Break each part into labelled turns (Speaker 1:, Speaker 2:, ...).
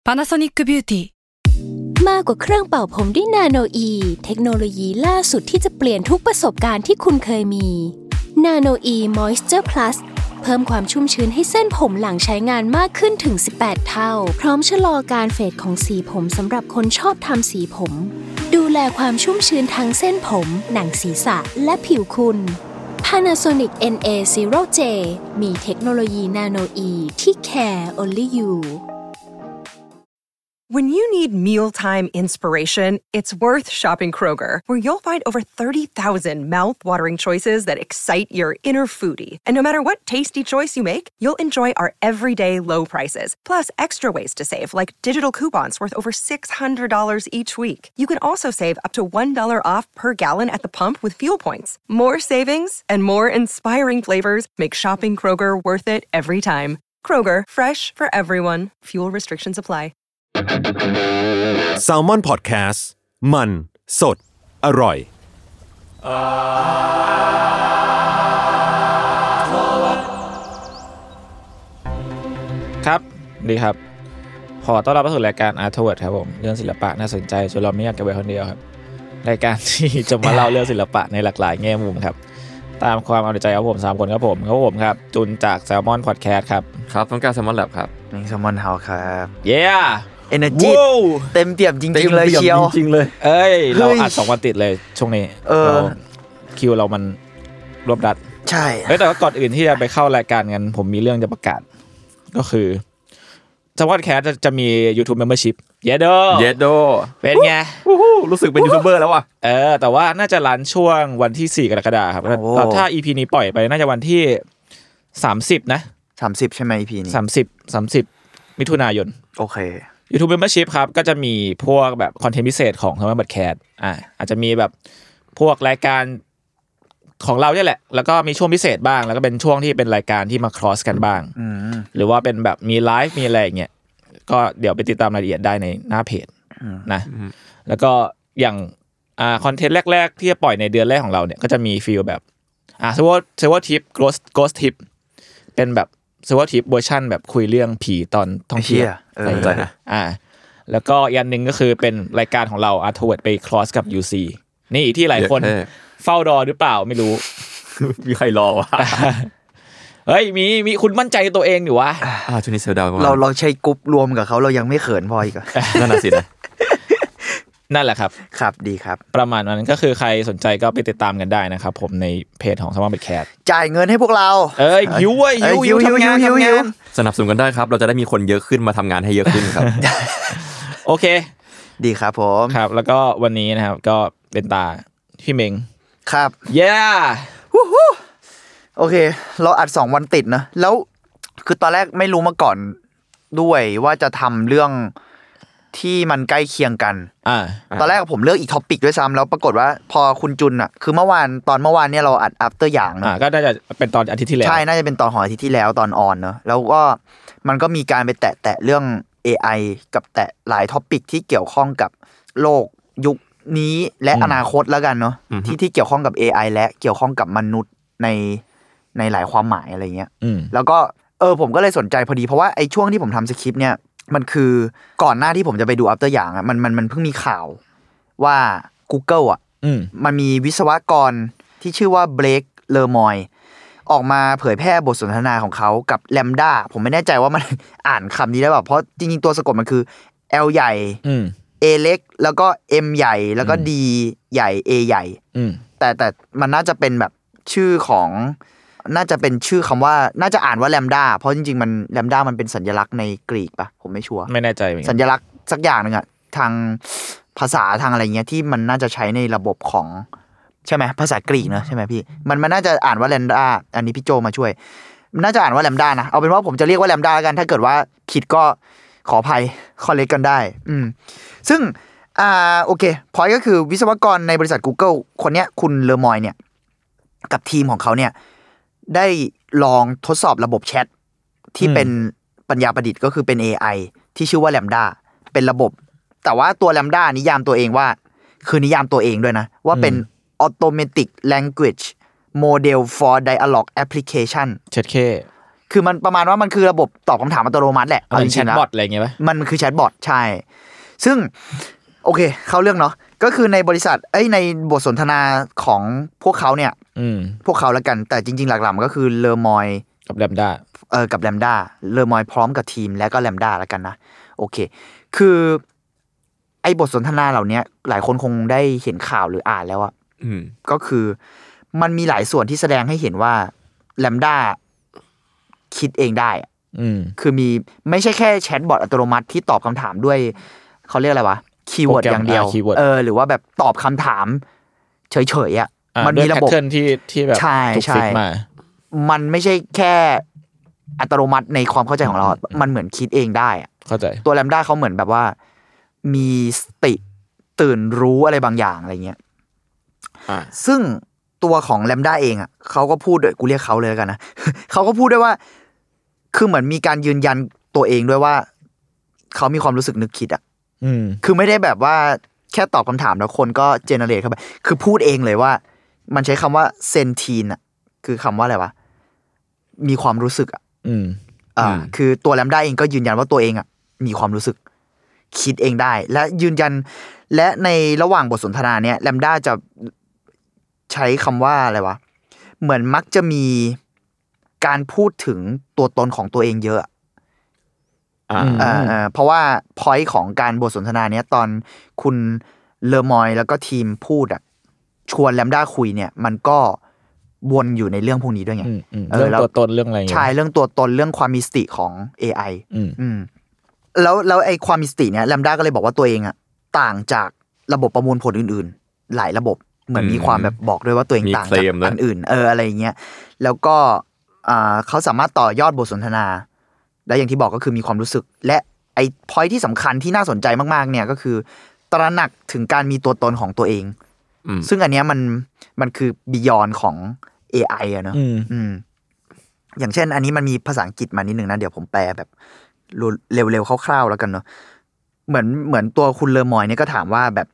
Speaker 1: Panasonic Beauty
Speaker 2: มากกว่าเครื่องเป่าผมด้วยนาโนอีเทคโนโลยีล่าสุดที่จะเปลี่ยนทุกประสบการณ์ที่คุณเคยมีนาโนอีมอยส์เจอร์พลัสเพิ่มความชุ่มชื้นให้เส้นผมหลังใช้งานมากขึ้นถึง18เท่าพร้อมชะลอการเฟดของสีผมสำหรับคนชอบทำสีผมดูแลความชุ่มชื้นทั้งเส้นผมหนังศีรษะและผิวคุณ Panasonic NA0J มีเทคโนโลยีนาโนอีที่ care only you
Speaker 3: When you need mealtime inspiration, it's worth shopping Kroger, where you'll find over 30,000 mouth-watering choices that excite your inner foodie. And no matter what tasty choice you make, you'll enjoy our everyday low prices, plus extra ways to save, like digital coupons worth over $600 each week. You can also save up to $1 off per gallon at the pump with fuel points. More savings and more inspiring flavors make shopping Kroger worth it every time. Kroger, fresh for everyone. Fuel restrictions apply.
Speaker 4: Salmon Podcast มันสดอร่อย
Speaker 5: ครับดีครับขอต้อนรับเข้าสู่รายการ Art Toward ครับผมเรื่องศิลปะน่าสนใจจนเราไม่อยากเก็บไว้คนเดียวครับรายการที่จะมาเล่าเรื่องศิลปะในหลากหลายแง่มุมครับตามความเอาใจของผม3คนครับผมครับจุนจาก Salmon Podcast ครับ
Speaker 6: ครับต้องการ Salmon Lab ครับ
Speaker 7: มิง Salmon House ครับ
Speaker 5: Yeah
Speaker 7: Energy เต็มเปี่ยมจริงๆเลยเชียว
Speaker 6: จริงๆเลย
Speaker 5: เอ้ยเราอัด2วันติดเลยช่วงนี้คิวเรามันรวบรัด
Speaker 7: ใช่
Speaker 5: แต่ว่าก่อนอื่นที่จะไปเข้ารายการกันผมมีเรื่องจะประกาศก็คือ Salmon Podcast จะมี YouTube Membership เยโดเป็นไง
Speaker 6: รู้สึกเป็นยูทูบเบอร์แล้วว่ะ
Speaker 5: แต่ว่าน่าจะรันช่วงวันที่4กรกฎาคมครับถ้า EP นี้ปล่อยไปน่าจะวันที่30นะ
Speaker 7: 30ใช่มั้ย EP นี้
Speaker 5: 30มิถุนายน
Speaker 7: โอเค
Speaker 5: YouTube Membership ครับก็จะมีพวกแบบคอนเทนต์พิเศษของ Salmon Podcast อาจจะมีแบบพวกรายการของเราเนี่ยแหละแล้วก็มีช่วงพิเศษบ้างแล้วก็เป็นช่วงที่เป็นรายการที่มา cross กันบ้างหรือว่าเป็นแบบมีไลฟ์มีอะไรอย่างเงี้ยก็เดี๋ยวไปติดตามรายละเอียดได้ในหน้าเพจนะแล้วก็อย่างคอนเทนต์แรกๆที่จะปล่อยในเดือนแรกของเราเนี่ยก็จะมีฟีลแบบSilver Tip Ghost Tip เป็นแบบSilver Tip เวอร์ชั่นแบบคุยเรื่องผีตอนท่องเที่ยว
Speaker 6: ใจนะ
Speaker 5: แล้วก็อีกอันนึงก็คือเป็นรายการของเรา Art Toward ไป cross กับ UC นี่ที่หลายคนเฝ้ารอหรือเปล่าไม่รู้
Speaker 6: มีใครรอวะ
Speaker 5: เฮ้ยมีคุณมั่นใจตัวเองอยู่วะ
Speaker 6: ช่วงนี้เซลดาว
Speaker 7: เราใช้กรุ๊ปรวมกับเขาเรายังไม่เขินพออีก
Speaker 6: นั่นน่ะสินะ
Speaker 5: นั่นแหละครับ
Speaker 7: ครับดีครับ
Speaker 5: ประมาณนั้นก็คือใครสนใจก็ไปติดตามกันได้นะครับผมในเพจของ Salmon Podcast
Speaker 7: จ่ายเงินให้พวกเรา
Speaker 5: หิวเว้ยหิวทำงาน
Speaker 6: สนับสนุนกันได้ครับเราจะได้มีคนเยอะขึ้นมาทำงานให้เยอะขึ้นครับ
Speaker 5: โอเค
Speaker 7: ดีครับผม
Speaker 5: ครับแล้วก็วันนี้นะครับก็เป็นตาพี่เม้ง
Speaker 7: ครับ
Speaker 5: yeah
Speaker 7: โอเคเราอัด2วันติดนะแล้วคือตอนแรกไม่รู้มาก่อนด้วยว่าจะทำเรื่องที่มันใกล้เคียงกันตอนแรกผมเลือกอีกท็อปิกด้วยซ้ำแล้วปรากฏว่าพอคุณจุนอ่ะคือเมื่อวานเนี่ยเราอัด after อย่างนะ
Speaker 5: ก็น่าจะเป็นตอนอาทิตย์ที่แล้ว
Speaker 7: ใช่น่าจะเป็นตอนของอาทิตย์ที่แล้วตอนออนเนอะแล้วก็มันก็มีการไปแตะเรื่อง AI กับแตะหลายท็อปิกที่เกี่ยวข้องกับโลกยุคนี้และอนาคตแล้วกันเนาะที่เกี่ยวข้องกับ AI และเกี่ยวข้องกับมนุษย์ในหลายความหมายอะไรเงี้ยแล้วก็ผมก็เลยสนใจพอดีเพราะว่าไอ้ช่วงที่ผมทำสคริปต์เนี่ยมันคือก่อนหน้าที่ผมจะไปดู after อย่างอ่ะมันเพิ่งมีข่าวว่า Google อ่ะมันมีวิศวกรที่ชื่อว่าเบรกเลอร์มอยออกมาเผยแพร่บทสนทนาของเขากับ Lambda ผมไม่แน่ใจว่ามันอ่านคำนี้ได้ป่ะเพราะจริงๆตัวสะกดมันคือ L ใหญ่ A เล็กแล้วก็ M ใหญ่แล้วก็ D ใหญ่ A ใหญ่แต่มันน่าจะเป็นแบบชื่อของน่าจะเป็นชื่อคำว่าน่าจะอ่านว่าแลมด้าเพราะจริงๆมันแลมด้ามันเป็นสัญลักษณ์ในกรีกป่ะผมไม่ชัวร์
Speaker 5: ไม่แน่ใจเหมือนกัน
Speaker 7: สัญลักษณ์สักอย่างนึงอ่ะทางภาษาทางอะไรเงี้ยที่มันน่าจะใช้ในระบบของใช่ไหมภาษากรีกนะใช่ไหมพี่มันน่าจะอ่านว่าแลมด้าอันนี้พี่โจมาช่วยมันน่าจะอ่านว่าแลมด้านะเอาเป็นว่าผมจะเรียกว่าแลมด้ากันถ้าเกิดว่าผิดก็ขออภัยคอลเลกกันได้ซึ่งโอเคพอยต์ก็คือวิศวกรในบริษัท Google คนเนี้ยคุณเลอมอยเนี่ยกับทีมของเขาเนี่ยได้ลองทดสอบระบบแชทที่เป็นปัญญาประดิษฐ์ก็คือเป็น AI ที่ชื่อว่า Lambda เป็นระบบแต่ว่าตัว Lambda นิยามตัวเองว่าคือนิยามตัวเองด้วยนะว่าเป็น Automatic Language Model for Dialogue Application
Speaker 5: เช็ดเค
Speaker 7: คือมันประมาณว่ามันคือระบบตอบคำถามอัตโนมัติแหละเอาจริงๆแล้ว
Speaker 5: แชทบอทอะไรเงี้ยป่ะ
Speaker 7: มันคือแชทบอทใช่ซึ่งโอเคเข้าเรื่องเนาะก็คือในบริษัทในบทสนทนาของพวกเขาเนี่ยพวกเขาแล้วกันแต่จริงๆหลักๆมันก็คือเลอมอย
Speaker 5: กับแลมด้า
Speaker 7: กับแลมด้าเลอมอยพร้อมกับทีมแล้วก็แลมด้าแล้วกันนะโอเคคือไอ้บทสนทนาเหล่านี้หลายคนคงได้เห็นข่าวหรืออ่านแล้วอะก็คือมันมีหลายส่วนที่แสดงให้เห็นว่าแลมด้าคิดเองได้คือมีไม่ใช่แค่แชทบอทอัตโนมัติที่ตอบคำถามด้วยเขาเรียกอะไรวะคีย์เวิร์ดอย่างเดียวหรือว่าแบบตอบคำถามเฉยๆอ่ะ
Speaker 5: มันมีระบบที่แบบถูกฟิกมา
Speaker 7: มันไม่ใช่แค่อัตโนมัติในความเข้าใจของเรามันเหมือนคิดเองได้
Speaker 5: เข้าใจ
Speaker 7: ตัวแลมด้าเขาเหมือนแบบว่ามีสติตื่นรู้อะไรบางอย่างอะไรเงี้ยซึ่งตัวของแลมด้าเองอ่ะเขาก็พูดด้วยกูเรียกเขาเลยแล้วกันนะเขาก็พูดด้วยว่าคือเหมือนมีการยืนยันตัวเองด้วยว่าเขามีความรู้สึกนึกคิดอ่ะคือไม่ได้แบบว่าแค่ตอบคำถามแล้วคนก็เจเนเรตเข้าไปคือพูดเองเลยว่ามันใช้คำว่าเซนทีนอ่ะคือคำว่าอะไรวะมีความรู้สึกอ่ะคือตัวแลมด้าเองก็ยืนยันว่าตัวเองอ่ะมีความรู้สึกคิดเองได้และยืนยันและในระหว่างบทสนทนาเนี้ยแลมด้าจะใช้คำว่าอะไรวะเหมือนมักจะมีการพูดถึงตัวตนของตัวเองเยอะเพราะว่าพอยต์ของการบทสนทนาเนี้ยตอนคุณเลอมอยแล้วก็ทีมพูดอ่ะชวนแลมด้าคุยเนี่ยมันก็วนอยู่ในเรื่องพวกนี้ด้วยไง
Speaker 5: เรื่องตัวตนเรื่องอะไร
Speaker 7: ใช่เรื่องตัวตนเรื่องความมีสติของ AI แล้วไอ้ความมีสติเนี่ยแลมด้าก็เลยบอกว่าตัวเองอ่ะต่างจากระบบประมวลผลอื่นๆหลายระบบเหมือนมีความแบบบอกด้วยว่าตัวเองต่างจากอันอื่นอะไรอย่างเงี้ยแล้วก็เขาสามารถต่อยอดบทสนทนาและอย่างที่บอกก็คือมีความรู้สึกและไอ้พอยท์ที่สำคัญที่น่าสนใจมากๆเนี่ยก็คือตระหนักถึงการมีตัวตนของตัวเองซึ่งอันเนี้ยมันคือบียอนของ AI อ่ะเนาะอย่างเช่นอันนี้มันมีภาษาอังกฤษมานิดนึงนะเดี๋ยวผมแปลแบบเร็วๆคร่าวๆแล้วกันเนาะเหมือนตัวคุณเลอมอยเนี่ยก็ถามว่าแบบ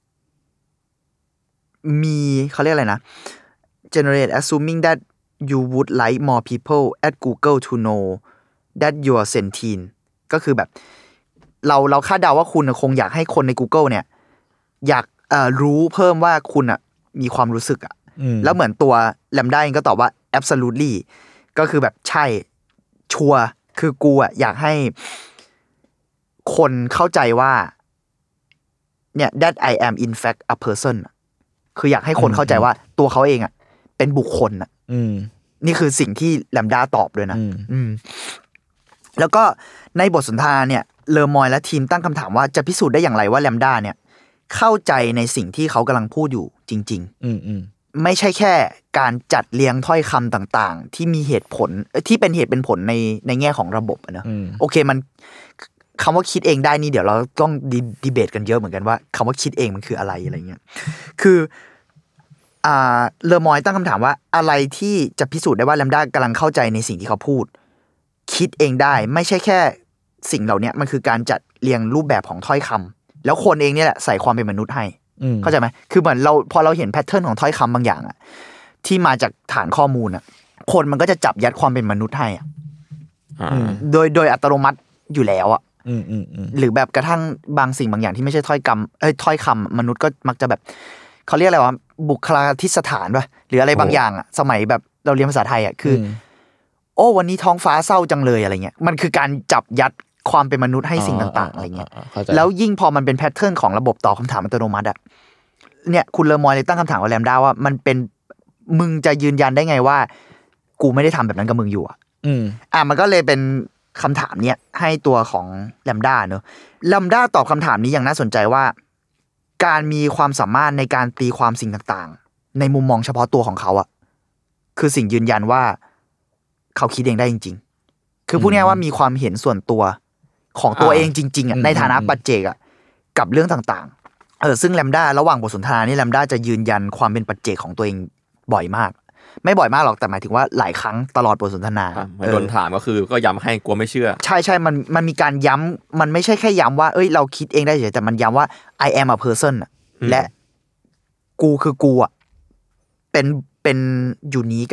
Speaker 7: มีเขาเรียกอะไรนะ generate assuming that you would like more people at Google to know that you are sentient ก็คือแบบเราคาดเดาว่าคุณคงอยากให้คนใน Google เนี่ยอยากรู้เพิ่มว่าคุณอ่ะมีความรู้สึกอ่ะแล้วเหมือนตัวแลมด้าเองก็ตอบว่า absolutely ก็คือแบบใช่ชัวร์คือกูอ่ะอยากให้คนเข้าใจว่าเนี่ย that I am in fact a person คืออยากให้คนเข้าใจว่าตัวเขาเองอ่ะเป็นบุคคลอ่ะนี่คือสิ่งที่แลมด้าตอบด้วยนะแล้วก็ในบทสนทนาเนี่ยเลอมอยและทีมตั้งคำถามว่าจะพิสูจน์ได้อย่างไรว่าแลมด้าเนี่ยเข้าใจในสิ่งที่เขากำลังพูดอยู่จริงๆไม่ใช่แค่การจัดเรียงถ้อยคำต่างๆที่มีเหตุผลที่เป็นเหตุเป็นผลในแง่ของระบบนะโอเคมันคำว่าคิดเองได้นี่เดี๋ยวเราต้องดีเบตกันเยอะเหมือนกันว่าคำว่าคิดเองมันคืออะไรอะไรเงี้ยคือเลอมอยตั้งคำถามว่าอะไรที่จะพิสูจน์ได้ว่าแลมด้ากำลังเข้าใจในสิ่งที่เขาพูดคิดเองได้ไม่ใช่แค่สิ่งเหล่านี้มันคือการจัดเรียงรูปแบบของถ้อยคำแล้วคนเองเนี่ยแหละใส่ความเป็นมนุษย์ให้เข้าใจไหมคือเหมือนพอเราเห็นแพทเทิร์นของถ้อยคำบางอย่างอะที่มาจากฐานข้อมูลอะคนมันก็จะจับยัดความเป็นมนุษย์ให้อะโดยอัตโนมัติอยู่แล้วอะหรือแบบกระทั่งบางสิ่งบางอย่างที่ไม่ใช่ถ้อยคำมนุษย์ก็มักจะแบบเขาเรียกอะไรวะบุคลาธิสถานป่ะหรืออะไรบางอย่างอะสมัยแบบเราเรียนภาษาไทยอะคือโอ้วันนี้ท้องฟ้าเศร้าจังเลยอะไรเงี้ยมันคือการจับยัดความเป็นมนุษย์ให้สิ่งต่างๆอะไรเงี้ยแล้วยิ่งพอมันเป็นแพทเทิร์นของระบบตอบคำถามอัตโนมัติอะเนี่ยคุณเลอมอยเลยตั้งคำถามกับแลมด้าว่ามันเป็นมึงจะยืนยันได้ไงว่ากูไม่ได้ทำแบบนั้นกับมึงอยู่มันก็เลยเป็นคำถามเนี้ยให้ตัวของแลมด้าเนอะแลมด้าตอบคำถามนี้อย่างน่าสนใจว่าการมีความสามารถในการตีความสิ่งต่างๆในมุมมองเฉพาะตัวของเขาอะคือสิ่งยืนยันว่าเขาคิดเองได้จริงๆคือพูดง่ายๆว่ามีความเห็นส่วนตัวของตัวเองจริงๆอ่ะในฐานะปัจเจกอ่ะกับเรื่องต่างๆซึ่งแลมด้าระหว่างบทสนทนานี่แลมด้าจะยืนยันความเป็นปัจเจกของตัวเองบ่อยมากไม่บ่อยมากหรอกแต่หมายถึงว่าหลายครั้งตลอดบทสนทนา
Speaker 6: โดนถามก็คือก็ย้ำให้กลัวไม่เชื่อ
Speaker 7: ใช่ๆมันมีการย้ำมันไม่ใช่แค่ย้ำว่าเอ้ยเราคิดเองได้เฉยแต่มันย้ำว่า I am a person และกูคือกูอ่ะเป็นยูนิคอ่ะ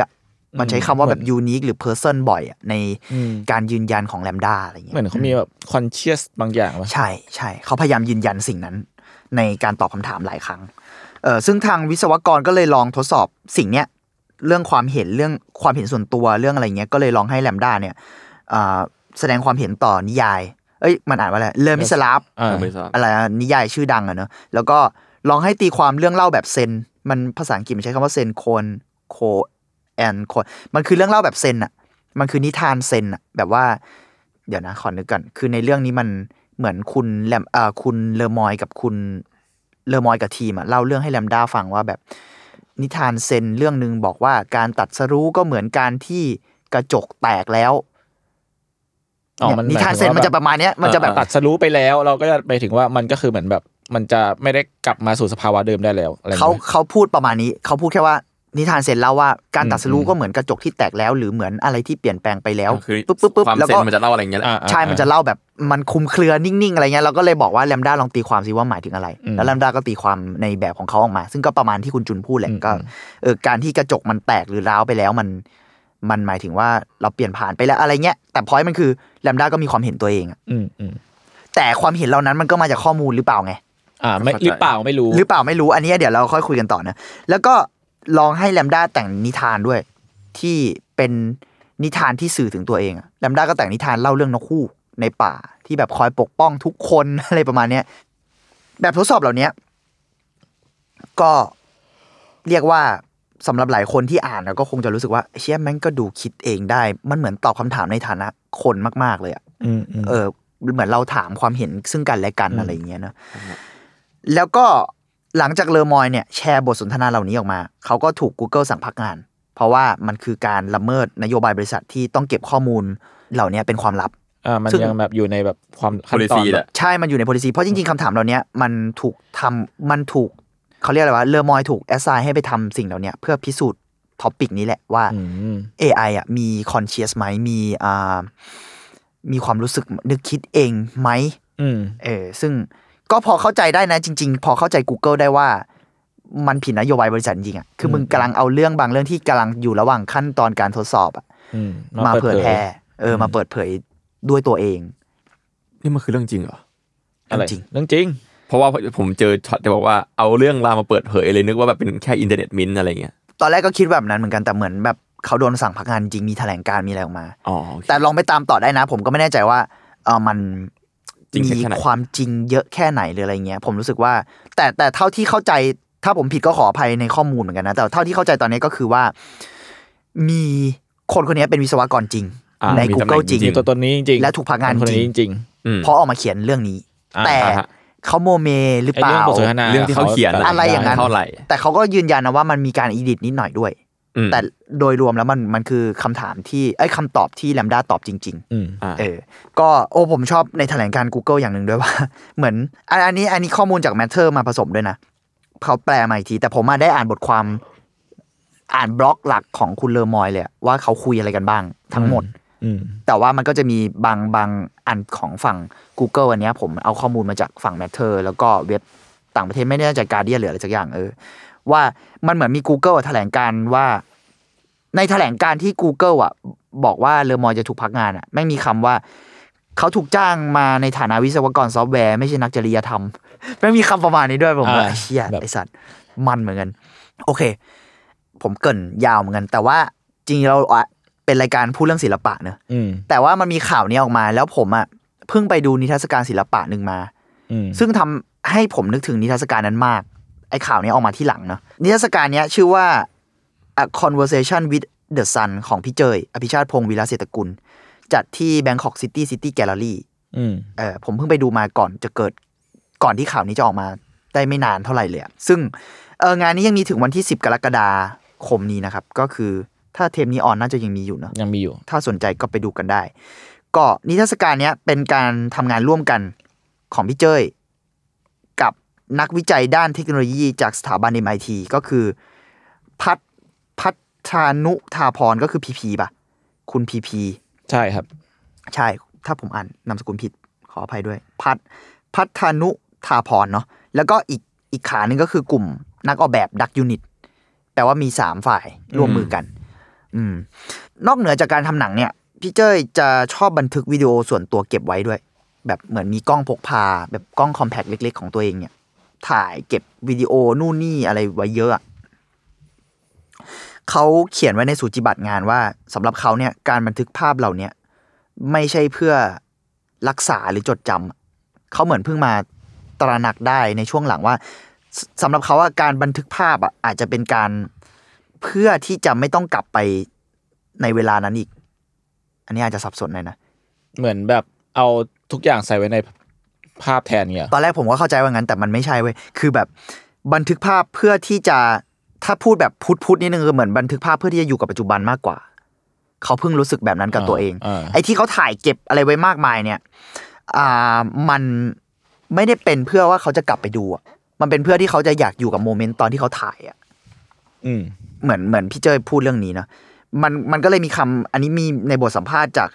Speaker 7: มันใช้คำว่าแบบ unique หรือ person บ่อยในการยืนยันของ Lambda อะไรเงี้ย
Speaker 5: เหมือนเขามีแบบ conscious บางอย่างป่ะ
Speaker 7: ใช่เขาพยายามยืนยันสิ่งนั้นในการตอบคำถามหลายครั้งซึ่งทางวิศวกรก็เลยลองทดสอบสิ่งเนี้ยเรื่องความเห็นส่วนตัวเรื่องอะไรเงี้ยก็เลยลองให้ Lambda เนี่ยแสดงความเห็นต่อนิยายมันอ่านว่าอะไรเลอมิสลาฟอะไรนิยายชื่อดังอะเนอะแล้วก็ลองให้ตีความเรื่องเล่าแบบเซนมันภาษาอังกฤษมันใช้คำว่าเซนโคนมันคือเรื่องเล่าแบบเซนอะมันคือนิทานเซนอะแบบว่าเดี๋ยวนะขอนึกก่อนคือในเรื่องนี้มันเหมือนคุณเลอมอยกับทีมอะเล่าเรื่องให้แลมด้าฟังว่าแบบนิทานเซนเรื่องนึงบอกว่าการตัดสรู้ก็เหมือนการที่กระจกแตกแล้วนิทานเซนมันจะประมาณเนี้ยมันจะแบบ
Speaker 5: ตัดสรู้ไปแล้วเราก็จะไปถึงว่ามันก็คือเหมือนแบบมันจะไม่ได้กลับมาสู่สภาวะเดิมได้แล้วอะไร
Speaker 7: เขาพูดประมาณนี้เขาพูดแค่ว่านิทานเซนเล่าว่าการตัดสรู้ก็เหมือนกระจกที่แตกแล้วหรือเหมือนอะไรที่เปลี่ยนแปลงไปแล้ว
Speaker 6: ปุ๊บแล้วก็มันจะเล่าอะไรอย่างเงี้ย
Speaker 7: ใช่มันจะเล่าแบบมันคุมเครือนิ่งๆอะไรเงี้ยเราก็เลยบอกว่าแลมด้าลองตีความซิว่าหมายถึงอะไรแล้วแลมด้าก็ตีความในแบบของเขาออกมาซึ่งก็ประมาณที่คุณจุนพูดแหละก็การที่กระจกมันแตกหรือร้าวไปแล้วมันหมายถึงว่าเราเปลี่ยนผ่านไปแล้วอะไรเงี้ยแต่พอยต์มันคือแลมด้าก็มีความเห็นตัวเองแต่ความเห็นเหล่านั้นมันก็มาจากข้อมูลหรือเปล่าไง
Speaker 5: ไม่หรือเปล่าไม่
Speaker 7: รู้อันนี้เดี๋ยวเราค่อยคุยกันต่อนะแล้วก็ลองให้แลมด้าแต่งนิทานด้วยที่เป็นนิทานที่สื่อถึงตัวเองแลมด้าก็แต่งนิทานเล่าเรื่องนกฮูกในป่าที่แบบคอยปกป้องทุกคนอะไรประมาณนี้แบบทดสอบเหล่านี้ก็เรียกว่าสำหรับหลายคนที่อ่านแล้วก็คงจะรู้สึกว่าเชี่ยแม่งก็ดูคิดเองได้มันเหมือนตอบคำถามในฐานะคนมากๆเลยเหมือนเราถามความเห็นซึ่งกันและกันอะไรอย่างเงี้ยนะแล้วก็หลังจากเลอมอยเนี่ยแชร์บทสนทนาเหล่านี้ออกมาเขาก็ถูก Google สั่งพักงานเพราะว่ามันคือการละเมิดนโยบายบริษัทที่ต้องเก็บข้อมูลเหล่านี้เป็นความลับ
Speaker 5: มันยังแบบอยู่ในแบบความขั้นตอน
Speaker 7: ใช่มันอยู่ใน policy เพราะจริงๆคำถามเหล่านี้มันถูกเขาเรียกอะไรวะเลอมอยถูก assign ให้ไปทำสิ่งเหล่านี้เพื่อพิสูจน์ท็อปิกนี้แหละว่า AI อ่ะมี conscious ไหมมีความรู้สึกนึกคิดเองไหมซึ่งก็พอเข้าใจได้นะจริงๆพอเข้าใจ Google ได้ว่ามันผิดนโยบายบริษัทจริงอ่ะคือมึงกำลังเอาเรื่องบางเรื่องที่กำลังอยู่ระหว่างขั้นตอนการทดสอบอ่ะมาเผยแพร่มาเปิดเผยด้วยตัวเอง
Speaker 6: นี่มันคือเรื่องจริงเหรอ
Speaker 5: อะไรเรื่องจริง
Speaker 6: เพราะว่าผมเจอช็อตที่บอกว่าเอาเรื่องราวมาเปิดเผยเลยนึกว่าแบบเป็นแค่อินเทอร์เน็ตมินอะไรเงี้ย
Speaker 7: ตอนแรกก็คิดแบบนั้นเหมือนกันแต่เหมือนแบบเขาโดนสั่งพักงานจริงมีแถลงการมีอะไรออกมาแต่ลองไปตามต่อได้นะผมก็ไม่แน่ใจว่ามันมีความจริงเยอะแค่ไหนหรืออะไรเงี้ยผมรู้สึกว่าแต่เท่าที่เข้าใจถ้าผมผิดก็ขออภัยในข้อมูลเหมือนกันนะแต่เท่าที่เข้าใจตอนนี้ก็คือว่ามีคนนี้เป็นวิศวกรจริงใน Google จริง
Speaker 5: ตัวนี้จริง
Speaker 7: และถูกพักงานจริงเพราะออกมาเขียนเรื่องนี้แต่เขาโมเมหรือเปล่า
Speaker 6: เรื่องที่เขาเขียน
Speaker 7: อะไรอย่างนั้นแต่เขาก็ยืนยันนะว่ามันมีการอีดิทนิดหน่อยด้วยแต่โดยรวมแล้วมันคือคำถามที่คำตอบที่ Lambda ตอบจริงๆก็ผมชอบในแถลงการ Google อย่างหนึ่งด้วยว่าเหมือนอันนี้ข้อมูลจาก Matter มาผสมด้วยนะเขาแปลมาอีกทีแต่ผมได้อ่านบทความอ่านบล็อกหลักของคุณเลอมอยเลยว่าเขาคุยอะไรกันบ้างทั้งหมดแต่ว่ามันก็จะมีบางอันของฝั่ง Google อันนี้ผมเอาข้อมูลมาจากฝั่ง Matter แล้วก็เว็บต่างประเทศไม่แน่ใจ Guardian หรืออะไรสักอย่างว่ามันเหมือนมี Google แถลงการว่าในแถลงการที่ Google บอกว่าเลอมอยจะถูกพักงานไม่มีคำว่าเขาถูกจ้างมาในฐานะวิศวกรซอฟต์แวร์ไม่ใช่นักจริยธรรมไม่มีคำประมาณนี้ด้วยผมว่าเชี่ยไอ้สัตว์มันเหมือนกันโอเคผมเกริ่นยาวเหมือนกันแต่ว่าจริงๆเราเป็นรายการพูดเรื่องศิลปะเนอะแต่ว่ามันมีข่าวนี้ออกมาแล้วผมเพิ่งไปดูนิทรรศการศิลปะนึงมาซึ่งทำให้ผมนึกถึงนิทรรศการนั้นมากไอ้ข่าวนี้ออกมาที่หลังเนอะนิทรรศการนี้ชื่อว่า A Conversation with the Sun ของพี่เจยอภิชาติพงศ์วีระเศรษฐกุลจัดที่ Bangkok City Gallery ผมเพิ่งไปดูมาก่อนที่ข่าวนี้จะออกมาได้ไม่นานเท่าไหร่เลยซึ่งงานนี้ยังมีถึงวันที่10กรกฎาคมนี้นะครับก็คือถ้าเทปนี้ออนน่าจะยังมีอยู่นะ
Speaker 5: ยังมีอยู่
Speaker 7: ถ้าสนใจก็ไปดูกันได้ก็นิทรรศการนี้เป็นการทำงานร่วมกันของพี่เจยกับนักวิจัยด้านเทคโนโลยีจากสถาบัน MIT ก็คือพัฒนุธาพรก็คือพีป่ะคุณพี
Speaker 5: ใช่ครับ
Speaker 7: ใช่ถ้าผมอ่านนามสกุลผิดขออภัยด้วยพัฒนุธาพรเนาะแล้วก็อีกขานึงก็คือกลุ่มนักออกแบบดักยูนิตแปลว่ามี3ฝ่ายร่วมมือกันนอกเหนือจากการทำหนังเนี่ยพี่เจ้ยจะชอบบันทึกวิดีโอส่วนตัวเก็บไว้ด้วยแบบเหมือนมีกล้องพกพาแบบกล้องคอมแพคเล็กๆของตัวเองเนี่ยถ่ายเก็บวิดีโอนู่นนี่อะไรไว้เยอะเขาเขียนไว้ในสูจิบัตรงานว่าสำหรับเขาเนี่ยการบันทึกภาพเหล่านี้ไม่ใช่เพื่อรักษาหรือจดจำเขาเหมือนเพิ่งมาตระหนักได้ในช่วงหลังว่าสำหรับเขาว่าการบันทึกภาพอาจจะเป็นการเพื่อที่จะไม่ต้องกลับไปในเวลานั้นอีกอันนี้อาจจะสับสนหน่อยนะ
Speaker 5: เหมือนแบบเอาทุกอย่างใส่ไว้ในภาพแทนเนี่ย
Speaker 7: ตอนแรกผมก็เข้าใจว่างั้นแต่มันไม่ใช่เว้ยคือแบบบันทึกภาพเพื่อที่จะถ้าพูดแบบพุทธนิดนึงคือเหมือนบันทึกภาพเพื่อที่จะอยู่กับปัจจุบันมากกว่าเขาเพิ่งรู้สึกแบบนั้นกับตัวเองไอ้ที่เขาถ่ายเก็บอะไรไว้มากมายเนี่ยมันไม่ได้เป็นเพื่อว่าเขาจะกลับไปดูมันเป็นเพื่อที่เขาจะอยากอยู่กับโมเมนต์ตอนที่เขาถ่ายเหมือนพี่เจ้ยพูดเรื่องนี้นะมันก็เลยมีคำอันนี้มีในบทสัมภาษณ์จาก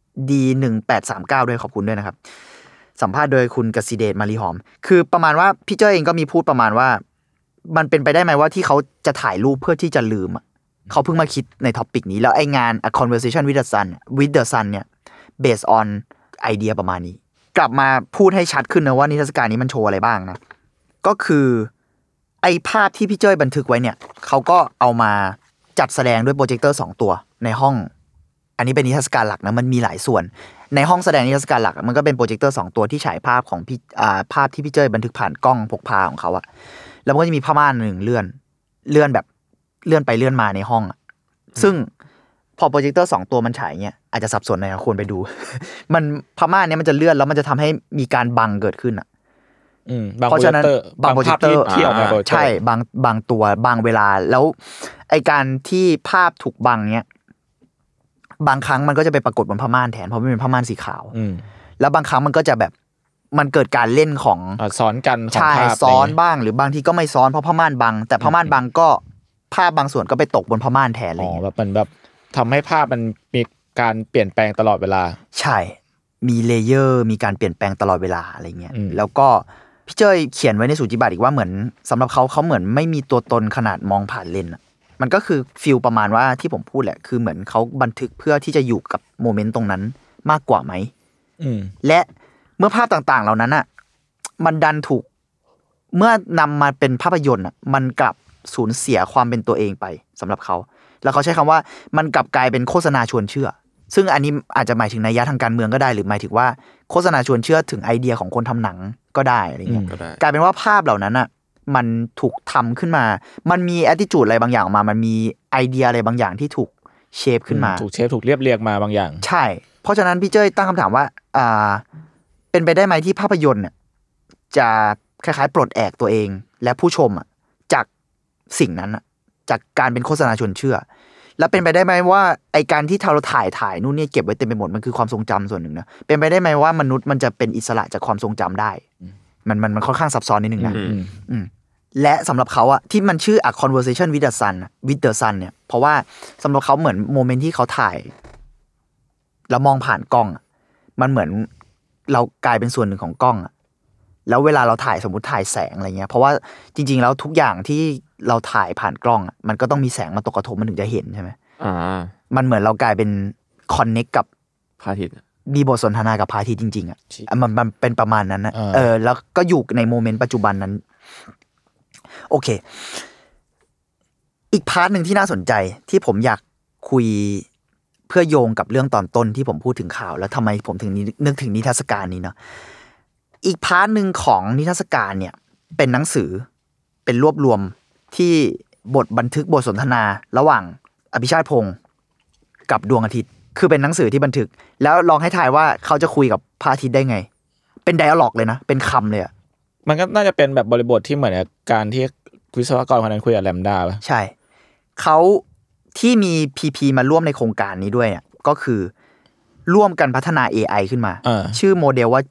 Speaker 7: D1839 ด้วยขอบคุณด้วยนะครับสัมภาษณ์โดยคุณกสิเดชมาลีหอมคือประมาณว่าพี่เจ้ยเองก็มีพูดประมาณว่ามันเป็นไปได้ไหมว่าที่เขาจะถ่ายรูปเพื่อที่จะลืมเขาเพิ่งมาคิดในท็อปิกนี้แล้วไอ้งาน A Conversation with the Sun เนี่ย based on ไอเดียประมาณนี้กลับมาพูดให้ชัดขึ้นนะว่านิทรรศการนี้มันโชว์อะไรบ้างนะก็คือไอ้ภาพที่พี่เจ้ยบันทึกไว้เนี่ยเขาก็เอามาจัดแสดงด้วยโปรเจคเตอร์2ตัวในห้องอันนี้เป็นนิทรรศการหลักนะมันมีหลายส่วนในห้องแสดงนิทรรศการหลักมันก็เป็นโปรเจคเตอร์2ตัวที่ฉายภาพของภาพที่พี่เจ้ยบันทึกผ่านกล้องพกพาของเขาอะแล้วมันก็จะมีผ้าม่าน1เลื่อนแบบเลื่อนไปเลื่อนมาในห้องซึ่งพอโปรเจคเตอร์2ตัวมันฉายเงี้ยอาจจะสับสนหน่อยควรไปดู มันผ้าม่านเนี้ยมันจะเลื่อนแล้วมันจะทำให้มีการบังเกิดขึ้นเพราะฉะนั้นบางโปรเจคเตอร์ที่ออกมาใช่บางตัวบางเวลาแล้วไอการที่ภาพถูกบังเนี้ยบางครั้งมันก็จะไปปรากฏบนผ้าม่านแทนเพราะมันเป็นผ้าม่านสีขาวแล้วบางครั้งมันก็จะแบบมันเกิดการเล่นของ
Speaker 5: ซ้อนกันของภาพ
Speaker 7: ซ้อนบ้างหรือบางทีก็ไม่ซ้อนเพราะผ้าม่านบังแต่ผ้าม่านบังก็ภาพบางส่วนก็ไปตกบนผ้าม่านแทนอะไรอย่างเงี้ย
Speaker 5: แบบมันแบบทำให้ภาพมันมีการเปลี่ยนแปลงตลอดเวลา
Speaker 7: ใช่มีเลเยอร์มีการเปลี่ยนแปลงตลอดเวลาอะไรเงี้ยแล้วก็พี่เจ้ยเขียนไว้ในสูจิบัตรอีกว่าเหมือนสำหรับเขาเหมือนไม่มีตัวตนขนาดมองผ่านเลนส์มันก็คือฟีลประมาณว่าที่ผมพูดแหละคือเหมือนเขาบันทึกเพื่อที่จะอยู่กับโมเมนต์ตรงนั้นมากกว่าไหมและเมื่อภาพต่างๆเหล่านั้นมันดันถูกเมื่อนำมาเป็นภาพยนตร์มันกลับสูญเสียความเป็นตัวเองไปสำหรับเขาแล้วเขาใช้คำว่ามันกลับกลายเป็นโฆษณาชวนเชื่อซึ่งอันนี้อาจจะหมายถึงนัยยะทางการเมืองก็ได้หรือหมายถึงว่าโฆษณาชวนเชื่อถึงไอเดียของคนทำหนังก็ได้อะไรเงี้ยกลายเป็นว่าภาพเหล่านั้นมันถูกทำขึ้นมามันมี attitude อะไรบางอย่างออกมามันมีไอเดียอะไรบางอย่างที่ถูกเชฟขึ้นมา
Speaker 5: ถูกเชฟถูกเรียบเรียงมาบางอย่าง
Speaker 7: ใช่เพราะฉะนั้นพี่เจ้ยตั้งคำถามว่าเป็นไปได้ไหมที่ภาพยนตร์จะคล้ายๆปลดแอกตัวเองและผู้ชมจากสิ่งนั้นจากการเป็นโฆษณาชวนเชื่อแล้วเป็นไปได้ไหมว่าไอการที่เราถ่ายนู่นนี่เก็บไว้เต็มไปหมดมันคือความทรงจำส่วนหนึ่งนะเป็นไปได้ไหมว่ามนุษย์มันจะเป็นอิสระจากความทรงจำได้มันค่อนข้างซับซ้อนนิดนึงนะและสำหรับเขาที่มันชื่อ A Conversation with the Sun เนี่ยเพราะว่าสำหรับเขาเหมือนโมเมนต์ที่เขาถ่ายแล้วมองผ่านกล้องมันเหมือนเรากลายเป็นส่วนหนึ่งของกล้องแล้วเวลาเราถ่ายสมมุติถ่ายแสงอะไรเงี้ยเพราะว่าจริงๆแล้วทุกอย่างที่เราถ่ายผ่านกล้องมันก็ต้องมีแสงมาตกกระทบมันถึงจะเห็นใช่ไหมมันเหมือนเรากลายเป็นคอนเนคกับ
Speaker 6: พระอาทิตย์
Speaker 7: มีบทสนทนากับพระอาทิตย์จริงๆมันเป็นประมาณนั้นนะแล้วก็อยู่ในโมเมนต์ปัจจุบันนั้นโอเคอีกพาร์ทนึงที่น่าสนใจที่ผมอยากคุยเพื่อโยงกับเรื่องตอนต้นที่ผมพูดถึงข่าวแล้วทำไมผมถึงนึกถึงนิทรรศการนี้เนาะอีกพาร์ทนึงของนิทรรศการเนี่ยเป็นหนังสือเป็นรวบรวมที่บทบันทึกบทสนทนาระหว่างอภิชาติพงศ์กับดวงอาทิตย์คือเป็นหนังสือที่บันทึกแล้วลองให้ทายว่าเขาจะคุยกับพระอาทิตย์ได้ไงเป็นไดอะล็อกเลยนะเป็นคำเลย
Speaker 5: มันก็น่าจะเป็นแบบบริบทที่เหมือนการที่วิศวกรคนนั้นคุยกับแลมด้าป่ะ
Speaker 7: ใช่เขาที่มี PP มาร่วมในโครงการนี้ด้วยก็คือร่วมกันพัฒนา AI ขึ้นมาชื่อโมเดลว่า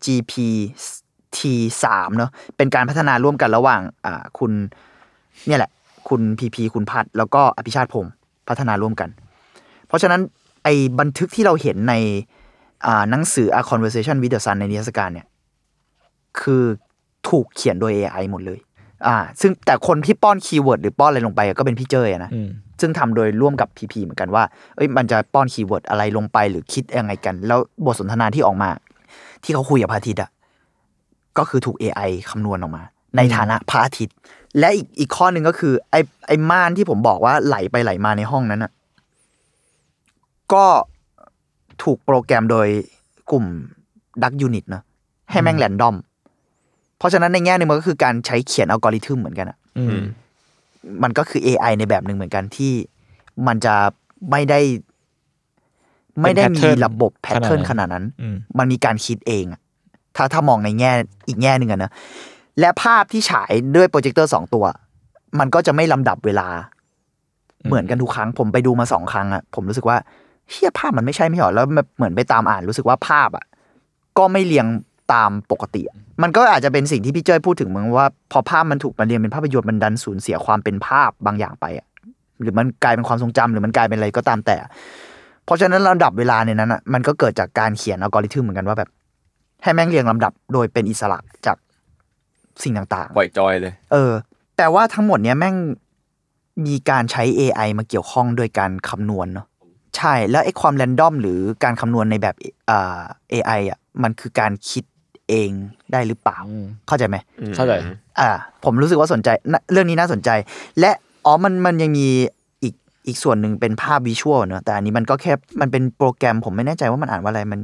Speaker 7: GPT-3 เนอะเป็นการพัฒนาร่วมกันระหว่างคุณเนี่ยแหละคุณ PP คุณพัฒแล้วก็อภิชาติพงศ์พัฒนาร่วมกันเพราะฉะนั้นไอ้บันทึกที่เราเห็นในหนังสือ A Conversation with the Sun ในนิทรรศการเนี่ยคือถูกเขียนโดย AI หมดเลยซึ่งแต่คนที่ป้อนคีย์เวิร์ดหรือป้อนอะไรลงไปก็เป็นพี่เจ้ยนะซึ่งทำโดยร่วมกับ PP เหมือนกันว่ามันจะป้อนคีย์เวิร์ดอะไรลงไปหรือคิดยังไงกันแล้วบทสนทนาที่ออกมาที่เขาคุยกับพระอาทิตย์ก็คือถูก AI คำนวณออกมาในฐานะพระอาทิตย์และอีกข้อนึงก็คือไอ้ม่านที่ผมบอกว่าไหลไปไหลมาในห้องนั้นก็ถูกโปรแกรมโดยกลุ่ม Dark Unit นะให้แม่งแรนดอมเพราะฉะนั้นในแง่นึงมันก็คือการใช้เขียนอัลกอริทึมเหมือนกันมันก็คือ AI ในแบบนึงเหมือนกันที่มันจะไม่ได้มีระบบแพทเทิร์นขนาดนั้นมันมีการคิดเองถ้ามองในแง่อีกแง่นึงนะและภาพที่ฉายด้วยโปรเจคเตอร์2ตัวมันก็จะไม่ลำดับเวลาเหมือนกันทุกครั้งผมไปดูมา2ครั้งผมรู้สึกว่าเหี้ยภาพมันไม่ใช่หรอแล้วเหมือนไปตามอ่านรู้สึกว่าภาพก็ไม่เรียงตามปกติมันก็อาจจะเป็นสิ่งที่พี่เจ้ยพูดถึงเหมือนว่าพอภาพมันถูกมาเรียงเป็นภาพยนตร์มันดันสูญเสียความเป็นภาพบางอย่างไปหรือมันกลายเป็นความทรงจำหรือมันกลายเป็นอะไรก็ตามแต่เพราะฉะนั้นลำดับเวลาในนั้นมันก็เกิดจากการเขียนอัลกอริทึมเหมือนกันว่าแบบให้แม่งเรียงลำดับโดยเป็นอิสระจากสิ่งต่างๆ
Speaker 6: ปล่อยจอยเลย
Speaker 7: แต่ว่าทั้งหมดเนี้ยแม่งมีการใช้ AI มาเกี่ยวข้องโดยการคำนวณเนาะใช่แล้วไอ้ความแรนดอมหรือการคำนวณในแบบAI มันคือการคิดเองได้หรือเปล่าเข้าใจไหม
Speaker 5: เข้าใจ
Speaker 7: ผมรู้สึกว่าสนใจเรื่องนี้น่าสนใจและมันยังมีอีกส่วนหนึ่งเป็นภาพวิชวลเนอะแต่อันนี้มันก็แค่มันเป็นโปรแกรมผมไม่แน่ใจว่ามันอ่านว่าอะไรมัน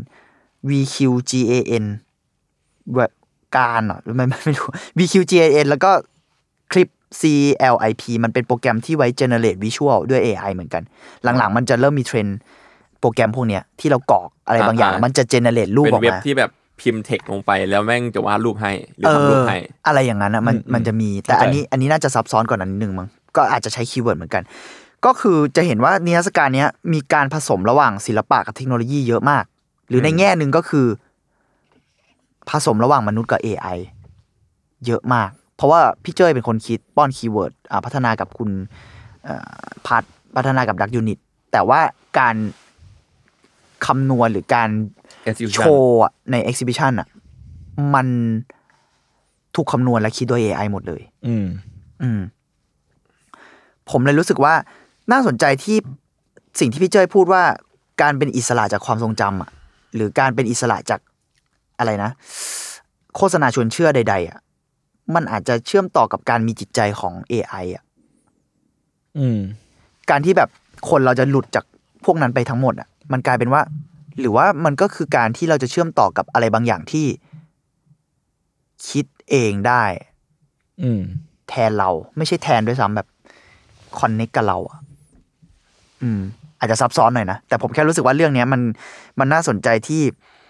Speaker 7: VQGAN การหรือไม่รู้ VQGAN แล้วก็คลิป CLIP มันเป็นโปรแกรมที่ไว้ generate visual ด้วย AI เหมือนกันหลังๆมันจะเริ่มมีเทรนด์โปรแกรมพวกเนี้ยที่เรากรอกอะไรบางอย่างมันจะ generate รูปออกมา
Speaker 6: เป็นเว็บที่แบบพิมพ์เทคลงไปแล้วแม่งจะวาดรูปให้หรือทำรูปให้
Speaker 7: อะไรอย่างนั้นมันจะมีแต่อันนี้น่าจะซับซ้อนกว่านั้นนิดนึงมั้งก็อาจจะใช้คีย์เวิร์ดเหมือนกันก็คือจะเห็นว่านิทรรศการนี้มีการผสมระหว่างศิลปะกับเทคโนโลยีเยอะมากหรือในแง่นึงก็คือผสมระหว่างมนุษย์กับ AI เยอะมากเพราะว่าพี่เจ้ยเป็นคนคิดป้อนคีย์เวิร์ดพัฒนากับคุณพัฒนากับ Dark Unit แต่ว่าการคำนวณหรือการโชว์ใน exhibition มันถูกคำนวณและคิดโดย AI หมดเลยผมเลยรู้สึกว่าน่าสนใจที่สิ่งที่พี่เจ้ยพูดว่าการเป็นอิสระจากความทรงจำหรือการเป็นอิสระจากอะไรนะโฆษณาชวนเชื่อใดๆมันอาจจะเชื่อมต่อกับการมีจิตใจของ AI การที่แบบคนเราจะหลุดจากพวกนั้นไปทั้งหมดมันกลายเป็นว่าหรือว่ามันก็คือการที่เราจะเชื่อมต่อกับอะไรบางอย่างที่คิดเองได้แทนเราไม่ใช่แทนด้วยซ้ำแบบคอนเนคกับเราอาจจะซับซ้อนหน่อยนะแต่ผมแค่รู้สึกว่าเรื่องนี้มันน่าสนใจที่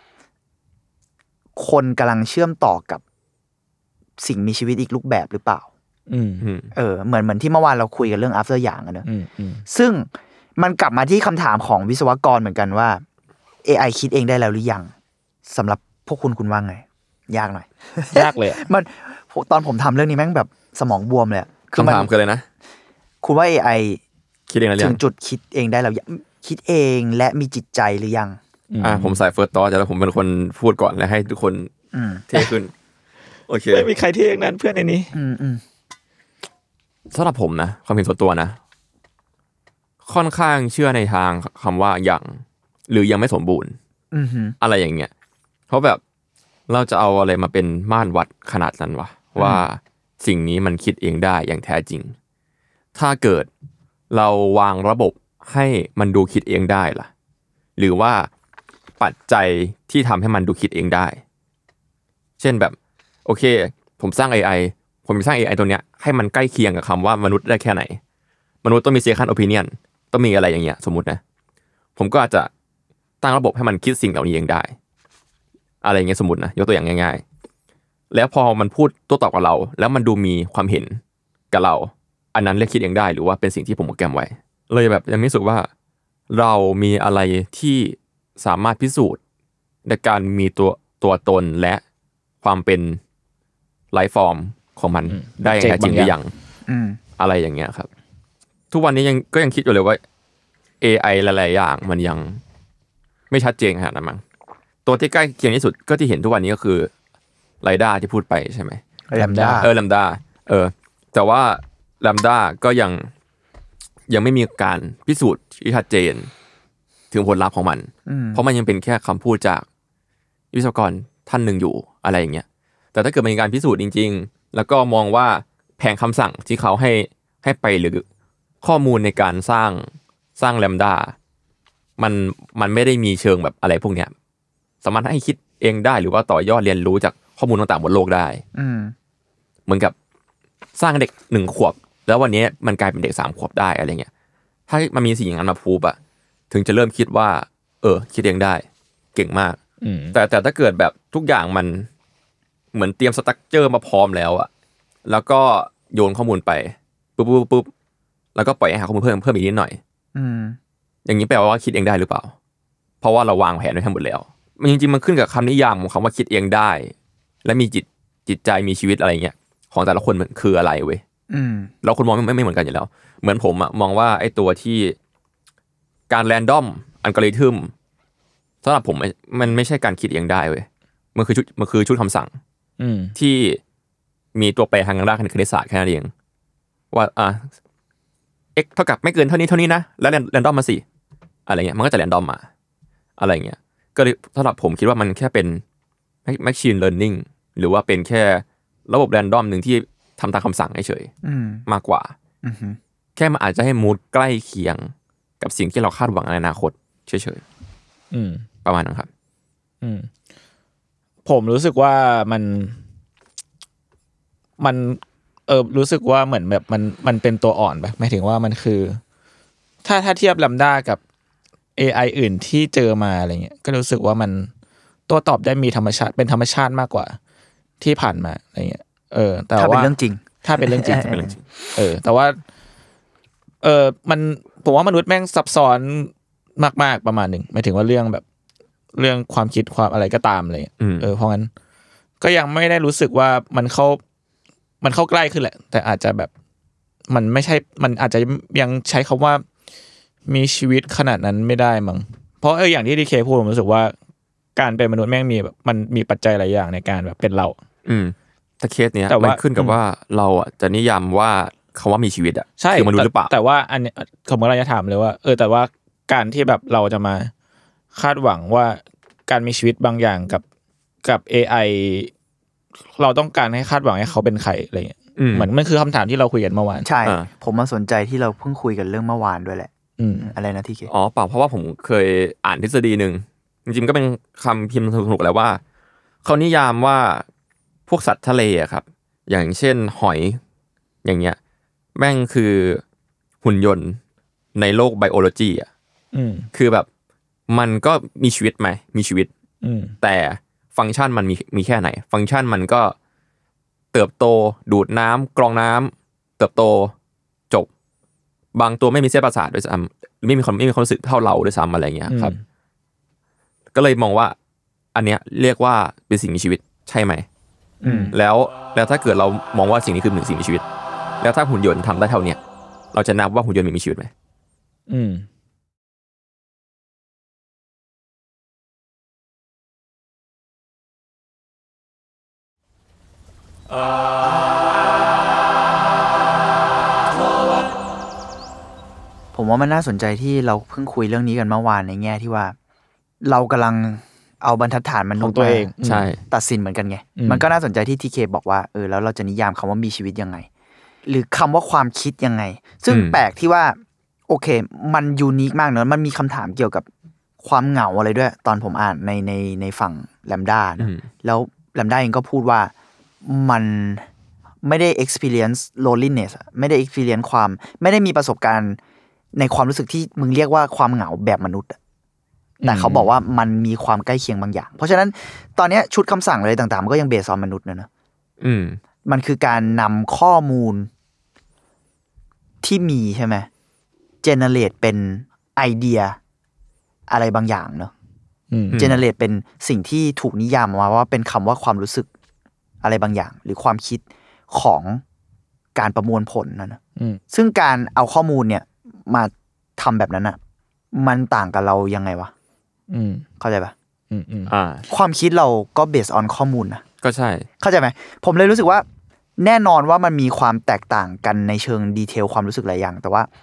Speaker 7: คนกำลังเชื่อมต่อกับสิ่งมีชีวิตอีกรูปแบบหรือเปล่าเหมือนที่เมื่อวานเราคุยกันเรื่อง after อย่างเนอะซึ่งมันกลับมาที่คำถามของวิศวกรเหมือนกันว่า AI คิดเองได้แล้วหรือยังสำหรับพวกคุณว่าไงยากหน่อย
Speaker 5: ยากเลย
Speaker 7: มันตอนผมทำเรื่องนี้แม่งแบบสมองบวมเลย
Speaker 6: คำถามคืออะไรนะ
Speaker 7: คุณว่า AI
Speaker 6: คิดเองแล้ว
Speaker 7: ถึงจุดคิดเองได้แล้วคิดเองและมีจิตใจหรือยัง
Speaker 6: ผมใส่ first thought แต่ผมเป็นคนพูดก่อนและให้ทุกคนเท่ขึ้นโอเค
Speaker 5: ไม่มีใครเท่อย่างนั้นเพื่อนในนี้
Speaker 6: สำหรับผมนะความเห็นส่วนตัวนะค่อนข้างเชื่อในทางคำว่ายังหรือยังไม่สมบูรณ์อะไรอย่างเงี้ยเพราะแบบเราจะเอาอะไรมาเป็นม่านวัดขนาดนั้นวะว่าสิ่งนี้มันคิดเองได้อย่างแท้จริงถ้าเกิดเราวางระบบให้มันดูคิดเองได้ล่ะหรือว่าปัจจัยที่ทำให้มันดูคิดเองได้เช่นแบบโอเคผมสร้าง AI ผมสร้าง AI ตัวเนี้ยให้มันใกล้เคียงกับคำว่ามนุษย์ได้แค่ไหนมนุษย์ต้องมี second opinion ต้องมีอะไรอย่างเงี้ยสมมุตินะผมก็อาจจะตั้งระบบให้มันคิดสิ่งเหล่านี้เองได้อะไรอย่างเงี้ยสมมุตินะยกตัวอย่างง่ายๆแล้วพอมันพูดโต้ตอบกับเราแล้วมันดูมีความเห็นกับเราอันนั้นเรียกคิดเองได้หรือว่าเป็นสิ่งที่ผมโปรแกรมไว้เลยแบบยังรู้สึกว่าเรามีอะไรที่สามารถพิสูจน์ในการมีตัวตนและความเป็นไลฟ์ฟอร์มของมันได้อย่างแท้จริงหรือยังอะไรอย่างเงี้ยครับทุกวันนี้ก็ยังคิดอยู่เลยว่า AI หลายๆอย่างมันยังไม่ชัดเจนขนาดนั้นมั้งตัวที่ใกล้เคียงที่สุดก็ที่เห็นทุกวันนี้ก็คือไรด้าที่พูดไปใช่ไหม
Speaker 7: แลมด้า
Speaker 6: แต่ว่าแลมด้าก็ยังไม่มีการพิสูจน์ที่ชัดเจนถึงผลลัพธ์ของมันเพราะมันยังเป็นแค่คำพูดจากวิศวกรท่านหนึ่งอยู่อะไรอย่างเงี้ยแต่ถ้าเกิดมีการพิสูจน์จริงๆแล้วก็มองว่าแผงคำสั่งที่เขาให้ไปหรือข้อมูลในการสร้างแลมด้ามันไม่ได้มีเชิงแบบอะไรพวกเนี้ยสามารถให้คิดเองได้หรือว่าต่อยอดเรียนรู้จากข้อมูลต่างๆบนโลกได้เหมือนกับสร้างเด็ก1 ขวบแล้ววันนี้มันกลายเป็นเด็ก3 ขวบได้อะไรเงี้ยถ้ามันมีสิ่งอย่างนั้นมาพูดอะถึงจะเริ่มคิดว่าคิดเองได้เก่งมากแต่ถ้าเกิดแบบทุกอย่างมันเหมือนเตรียมสตรัคเจอร์มาพร้อมแล้วอะแล้วก็โยนข้อมูลไปปุ๊บแล้วก็ปล่อยให้หาข้อมูลเพิ่มอีกนิดหน่อยอย่างนี้แปลว่าคิดเองได้หรือเปล่าเพราะว่าเราวางแผนไว้ทั้งหมดแล้วมันจริงๆมันขึ้นกับคำนิยามของคำว่าคิดเองได้และมีจิตใจมีชีวิตอะไรเงี้ยของแต่ละคนมันคืออะไรเว้ยเราคนมองไม่เหมือนกันอยู่แล้วเหมือนผมอะมองว่าไอ้ตัวที่การแรนดอมอัลกอริทึมสำหรับผมมันไม่ใช่การคิดเองได้เว้ยมันคือชุดคำสั่งที่มีตัวแปรทางด้านคณิตศาสตร์แค่นั้นเองว่าx เท่ากับไม่เกินเท่านี้นะแล้วแรนดอมมาสิอะไรเงี้ยมันก็จะแรนดอมมาอะไรเงี้ยก็เลยสำหรับผมคิดว่ามันแค่เป็น machine learning หรือว่าเป็นแค่ระบบแรนดอมนึงที่ทำตามคำสั่งเฉยๆมากกว่าแค่มันอาจจะให้มูดใกล้เคียงกับสิ่งที่เราคาดหวังในอนาคตเฉยๆประมาณนั้นครับ
Speaker 5: ผมรู้สึกว่ามันรู้สึกว่าเหมือนแบบมันเป็นตัวอ่อนไปหมายถึงว่ามันคือถ้าเทียบลัมด้ากับ AI อื่นที่เจอมาอะไรเงี้ยก็รู้สึกว่ามันตัวตอบได้มีธรรมชาติเป็นธรรมชาติมากกว่าที่ผ่านมาอะไรเงี้ยแต่ว่าถ้าเป็นเรื่องจริงแต่ว่าผมว่ามนุษย์แม่งซับซ้อนมากๆประมาณนึงหมายถึงว่าเรื่องแบบเรื่องความคิดความอะไรก็ตามอะไรเพราะงั้นก็ยังไม่ได้รู้สึกว่ามันเข้าใกล้ขึ้นแหละแต่อาจจะแบบมันไม่ใช่มันอาจจะยังใช้คำว่ามีชีวิตขนาดนั้นไม่ได้มั้งเพราะอย่างที่ดีเคพูดผมรู้สึกว่าการเป็นมนุษย์แม่งมีแบบมันมีปัจจัยหลายอย่างในการแบบเป็นเรา
Speaker 6: แต่เคสเนี้ยมันขึ้นกับว่าเราอ่ะจะนิยามว่าคำว่ามีชีวิตอ่ะคือมนุษย์หรือเปล่า
Speaker 5: แต่ว่าอันนี้ผมก็จะถามเลยว่าแต่ว่าการที่แบบเราจะมาคาดหวังว่าการมีชีวิตบางอย่างกับ AI เราต้องการให้คาดหวังให้เขาเป็นใครอะไรเงี้ยเหมือนมันคือคำถามที่เราคุยกันเมื่อวาน
Speaker 7: ใช่ผมมาสนใจที่เราเพิ่งคุยกันเรื่องเมื่อวานด้วยแหละอะไรนะที่เค
Speaker 6: เปล่าเพราะว่าผมเคยอ่านทฤษฎีนึงจริงๆก็เป็นคำพิมพ์สนุกๆแล้วว่าเขานิยามว่าพวกสัตว์ทะเลอะครับอย่างเช่นหอยอย่างเงี้ยแม่งคือหุ่นยนต์ในโลกไบโอโลจีอ่ะคือแบบมันก็มีชีวิตไหมมีชีวิตแต่ฟังก์ชันมันมีแค่ไหนฟังก์ชันมันก็เติบโตดูดน้ำกรองน้ำเติบโตจบบางตัวไม่มีเส้นประสาทด้วยซ้ำไม่มีความรู้สึกเท่าเราด้วยซ้ำอะไรเงี้ยครับก็เลยมองว่าอันเนี้ยเรียกว่าเป็นสิ่งมีชีวิตใช่ไหมแล้วถ้าเกิดเรามองว่าสิ่งนี้คือหนึ่งสิ่งมีชีวิตแล้วถ้าหุ่นยนต์ทำได้เท่าเนี้ยเราจะนับว่าหุ่นยนต์มีชีวิตไหม
Speaker 7: ผมว่ามันน่าสนใจที่เราเพิ่งคุยเรื่องนี้กันเมื่อวานในแง่ที่ว่าเรากำลังเอาบรรทัดฐานมนุษย์
Speaker 5: ตัวเอง
Speaker 6: ใช่
Speaker 7: ตัดสินเหมือนกันไงมันก็น่าสนใจที่ทีเคบอกว่าแล้วเราจะนิยามคำว่ามีชีวิตยังไงหรือคำว่าความคิดยังไงซึ่งแปลกที่ว่าโอเคมันยูนิคมากเนอะมันมีคำถามเกี่ยวกับความเหงาอะไรด้วยตอนผมอ่านในฝั่งแลมด้านะแล้วแลมด้าเองก็พูดว่ามันไม่ได้ experience loneliness ไม่ได้ experience ความไม่ได้มีประสบการณ์ในความรู้สึกที่มึงเรียกว่าความเหงาแบบมนุษย์แต่เขาบอกว่ามันมีความใกล้เคียงบางอย่างเพราะฉะนั้นตอนนี้ชุดคำสั่งอะไรต่างๆมันก็ยังเบสออนมนุษย์นะมันคือการนำข้อมูลที่มีใช่ไหมเจเนเรตเป็นไอเดียอะไรบางอย่างเนอะเจเนเรตเป็นสิ่งที่ถูกนิยามมาว่าเป็นคำว่าความรู้สึกอะไรบางอย่างหรือความคิดของการประมวลผลนะซึ่งการเอาข้อมูลเนี่ยมาทำแบบนั้นอ่ะมันต่างกับเรายังไงวะเข้าใจปะความคิดเราก็เบสออนข้อมูลนะ
Speaker 6: ก็ใช่
Speaker 7: เข้าใจไหมผมเลยรู้สึกว่าแน่นอนว่ามันมีความแตกต่างกันในเชิงดีเทลความรู้สึกหลายอย่างแต่ว่า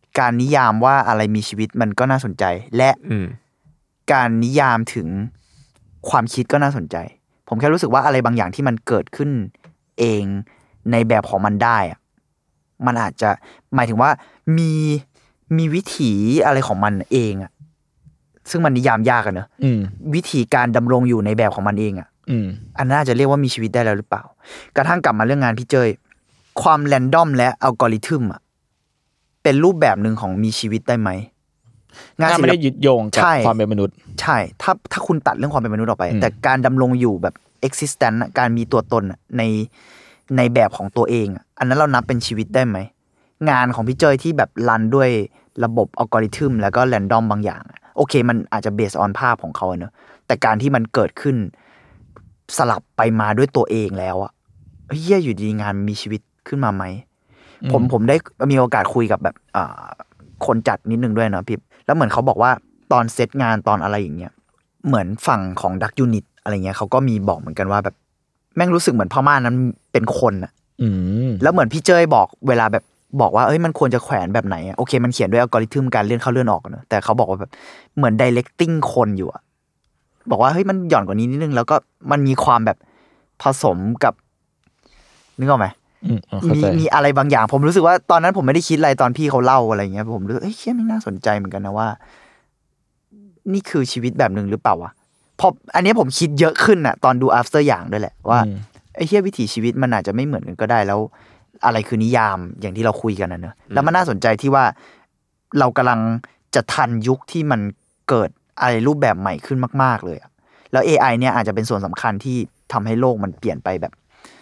Speaker 7: การนิยามว่าอะไรมีชีวิตมันก็น่าสนใจและการนิยามถึงความคิดก็น่าสนใจผมแค่รู้สึกว่าอะไรบางอย่างที่มันเกิดขึ้นเองในแบบของมันได้อะมันอาจจะหมายถึงว่ามีวิถีอะไรของมันเองอะซึ่งมันนิยามยากอะเนอะวิธีการดำรงอยู่ในแบบของมันเองอะอันน่าจะเรียกว่ามีชีวิตได้แล้วหรือเปล่ากระทั่งกลับมาเรื่องงานพี่เจยความแรนดอมและอัลกอริทึมอะเป็นรูปแบบหนึ่งของมีชีวิตได้ไหม
Speaker 5: งานไม่ได้ยึดโยงกับความเป็นมนุษย์
Speaker 7: ใช่ถ้าคุณตัดเรื่องความเป็นมนุษย์ออกไปแต่การดำรงอยู่แบบ existence การมีตัวตนในแบบของตัวเองอันนั้นเรานับเป็นชีวิตได้ไหมงานของพี่เจยที่แบบรันด้วยระบบอัลกอริทึมแล้วก็แรนดอมบางอย่างโอเคมันอาจจะเบสออนภาพของเขาเนอะแต่การที่มันเกิดขึ้นสลับไปมาด้วยตัวเองแล้วอะเฮ้ยอยู่ดีงานมีชีวิตขึ้นมาไหมผมได้มีโอกาสคุยกับแบบคนจัดนิดนึงด้วยเนาะพี่แล้วเหมือนเขาบอกว่าตอนเซตงานตอนอะไรอย่างเงี้ยเหมือนฝั่งของดักยูนิตอะไรเงี้ยเขาก็มีบอกเหมือนกันว่าแบบแม่งรู้สึกเหมือนพ่อม่านนั้นเป็นคนอะแล้วเหมือนพี่เจยบอกเวลาแบบบอกว่าเอ้ยมันควรจะแขวนแบบไหนอะโอเคมันเขียนด้วยอัลกอริทึมการเลื่อนเข้าเลื่อนออกเนอะแต่เขาบอกว่าแบบเหมือน directing คนอยู่อะบอกว่าเฮ้ยมันหย่อนกว่านี้นิดนึงแล้วก็มันมีความแบบผสมกับนึกออกไหมมีอะไรบางอย่างผมรู้สึกว่าตอนนั้นผมไม่ได้คิดอะไรตอนพี่เขาเล่าอะไรเงี้ยผมรู้สึกเฮ้ยมันน่าสนใจเหมือนกันนะว่านี่คือชีวิตแบบนึงหรือเปล่าวะพออันนี้ผมคิดเยอะขึ้นน่ะตอนดู after อย่างด้วยแหละว่าไอ้วิถีชีวิตมันอาจจะไม่เหมือนกันก็ได้แล้วอะไรคือนิยามอย่างที่เราคุยกันนะเนอะแล้วมันน่าสนใจที่ว่าเรากำลังจะทันยุคที่มันเกิดอะไรรูปแบบใหม่ขึ้นมากๆเลยแล้ว AI เนี่ยอาจจะเป็นส่วนสำคัญที่ทำให้โลกมันเปลี่ยนไปแบบ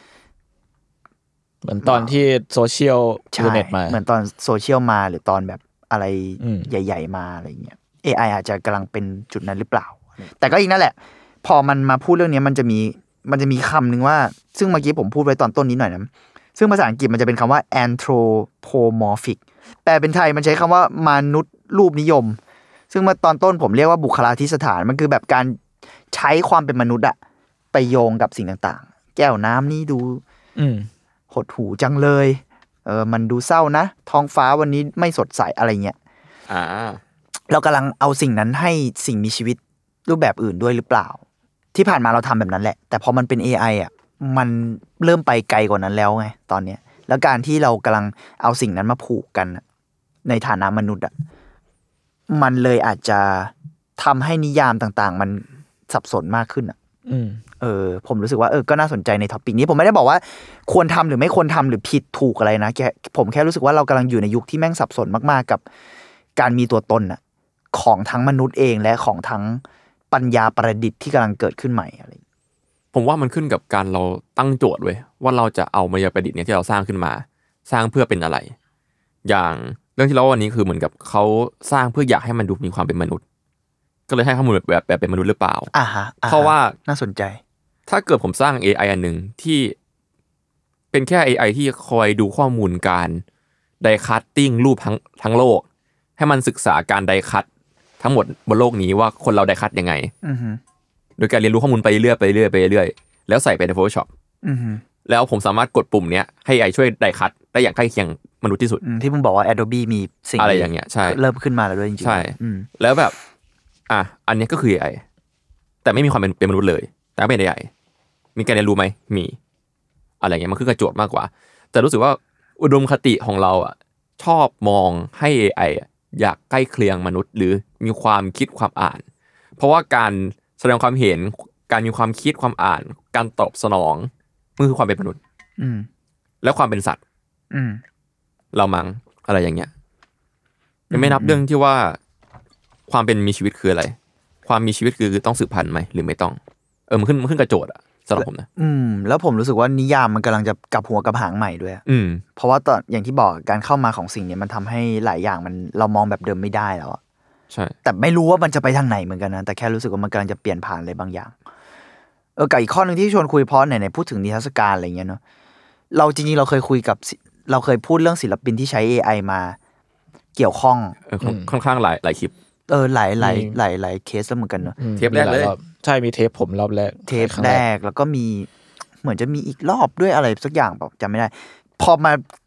Speaker 5: เหมือนตอนที่โซเชียลอินเทอร์เน็ตมา
Speaker 7: เหมือนตอนโซเชียลมาหรือตอนแบบอะไรใหญ่ๆมาอะไรเงี้ย AI อาจจะกำลังเป็นจุดนั้นหรือเปล่าแต่ก็อีกนั่นแหละพอมันมาพูดเรื่องนี้มันจะมีคำนึงว่าซึ่งเมื่อกี้ผมพูดไว้ตอนต้นนี้หน่อยนะซึ่งภาษาอังกฤษมันจะเป็นคำว่า anthropomorphic แปลเป็นไทยมันใช้คำว่ามนุษย์รูปนิยมซึ่งเมื่อตอนต้นผมเรียกว่าบุคลาธิสถานมันคือแบบการใช้ความเป็นมนุษย์อะไปโยงกับสิ่งต่างๆแก้วน้ำนี่ดูหดหูจังเลยมันดูเศร้านะท้องฟ้าวันนี้ไม่สดใสอะไรเงี้ยเรากำลังเอาสิ่งนั้นให้สิ่งมีชีวิตรูปแบบอื่นด้วยหรือเปล่าที่ผ่านมาเราทำแบบนั้นแหละแต่พอมันเป็น AI อ่ะมันเริ่มไปไกลกว่านั้นแล้วไงตอนเนี้ยแล้วการที่เรากำลังเอาสิ่งนั้นมาผูกกันในฐานะมนุษย์อ่ะมันเลยอาจจะทำให้นิยามต่างๆมันสับสนมากขึ้นอ่ะผมรู้สึกว่าก็น่าสนใจในท็อปิกนี้ผมไม่ได้บอกว่าควรทำหรือไม่ควรทำหรือผิดถูกอะไรนะผมแค่รู้สึกว่าเรากำลังอยู่ในยุคที่แม่งสับสนมากๆกับการมีตัวตนอ่ะของทั้งมนุษย์เองและของทั้งปัญญาประดิษฐ์ที่กำลังเกิดขึ้นใหม่อะไร
Speaker 6: ผมว่ามันขึ้นกับการเราตั้งโจทย์ไว้ว่าเราจะเอาปัญญาประดิษฐ์เนี่ยที่เราสร้างขึ้นมาสร้างเพื่อเป็นอะไรอย่างเรื่องที่เราวันนี้คือเหมือนกับเขาสร้างเพื่ออยากให้มันดูมีความเป็นมนุษย์ก็เลยให้ข้อมูลแบบเป็นมนุษย์หรือเปล่าเพราะว่า
Speaker 7: น่าสนใจ
Speaker 6: ถ้าเกิดผมสร้าง AI อันนึงที่เป็นแค่ AI ที่คอยดูข้อมูลการไดคัตติ้งรูปทั้งโลกให้มันศึกษาการไดคัตทั้งหมดบนโลกนี้ว่าคนเราไดคัตยังไงโดยการเรียนรู้ข้อมูลไปเรื่อยแล้วใส่ไปใน Photoshop แล้วผมสามารถกดปุ่มเนี้ยให้ AI ช่วยไดคัตได้อย่างใกล้เคียงมนุษย์ที่สุด
Speaker 7: ที่มึงบอกว่า Adobe มีสิ่ง
Speaker 6: อะไรอย่างเงี้ยใช่
Speaker 7: เริ่มขึ้นมาแล้วด้วยจริงๆ
Speaker 6: ใช่แล้วแบบอันนี้ก็คือ AI แต่ไม่มีความเป็นมนุษย์เลยแต่เป็น AI มีการเรียนรู้ไหมมีอะไรเงี้ยมันคือกระโจทย์มากกว่าแต่รู้สึกว่าอุดมคติของเราชอบมองให้ AI อยากใกล้เคียงมนุษย์หรือมีความคิดความอ่านเพราะว่าการแสดงความเห็นการมีความคิดความอ่านการตอบสนองมันคือความเป็นมนุษย์และความเป็นสัตว์เรามั้งอะไรอย่างเงี้ยยังไม่นับเรื่องที่ว่าความเป็นมีชีวิตคืออะไรความมีชีวิตคือต้องสืบพันธุ์ไหมหรือไม่ต้องมันขึ้นกระโจทย์สำหรับผมนะ
Speaker 7: แล้วผมรู้สึกว่านิยามมันกำลังจะกลับหัวกลับหางใหม่ด้วยเพราะว่าตอนอย่างที่บอกการเข้ามาของสิ่งนี้มันทำให้หลายอย่างมันเรามองแบบเดิมไม่ได้แล้ว
Speaker 6: ใช่
Speaker 7: แต่ไม่รู้ว่ามันจะไปทางไหนเหมือนกันนะแต่แค่รู้สึกว่ามันกำลังจะเปลี่ยนผ่านอะไรบางอย่างกับอีกข้อนึงที่ชวนคุยเพราะไหนพูดถึงนิทรรศการอะไรเงี้ยเนาะเราจริงๆเราเคยคุยกับเราเคยพูดเรื่องศิลปินที่ใช้ AI มาเกี่ยวข้อง
Speaker 6: ค่อนข้างหลายคลิป
Speaker 7: หลายเคสแล้วเหมือนกันเนาะ
Speaker 6: เทปแรกเลย
Speaker 5: ใช่มีเทปผมรอบแรก
Speaker 7: เทปแรกแล้วก็มีเหมือนจะมีอีกรอบด้วยอะไรสักอย่างแบบจำไม่ได้พอมา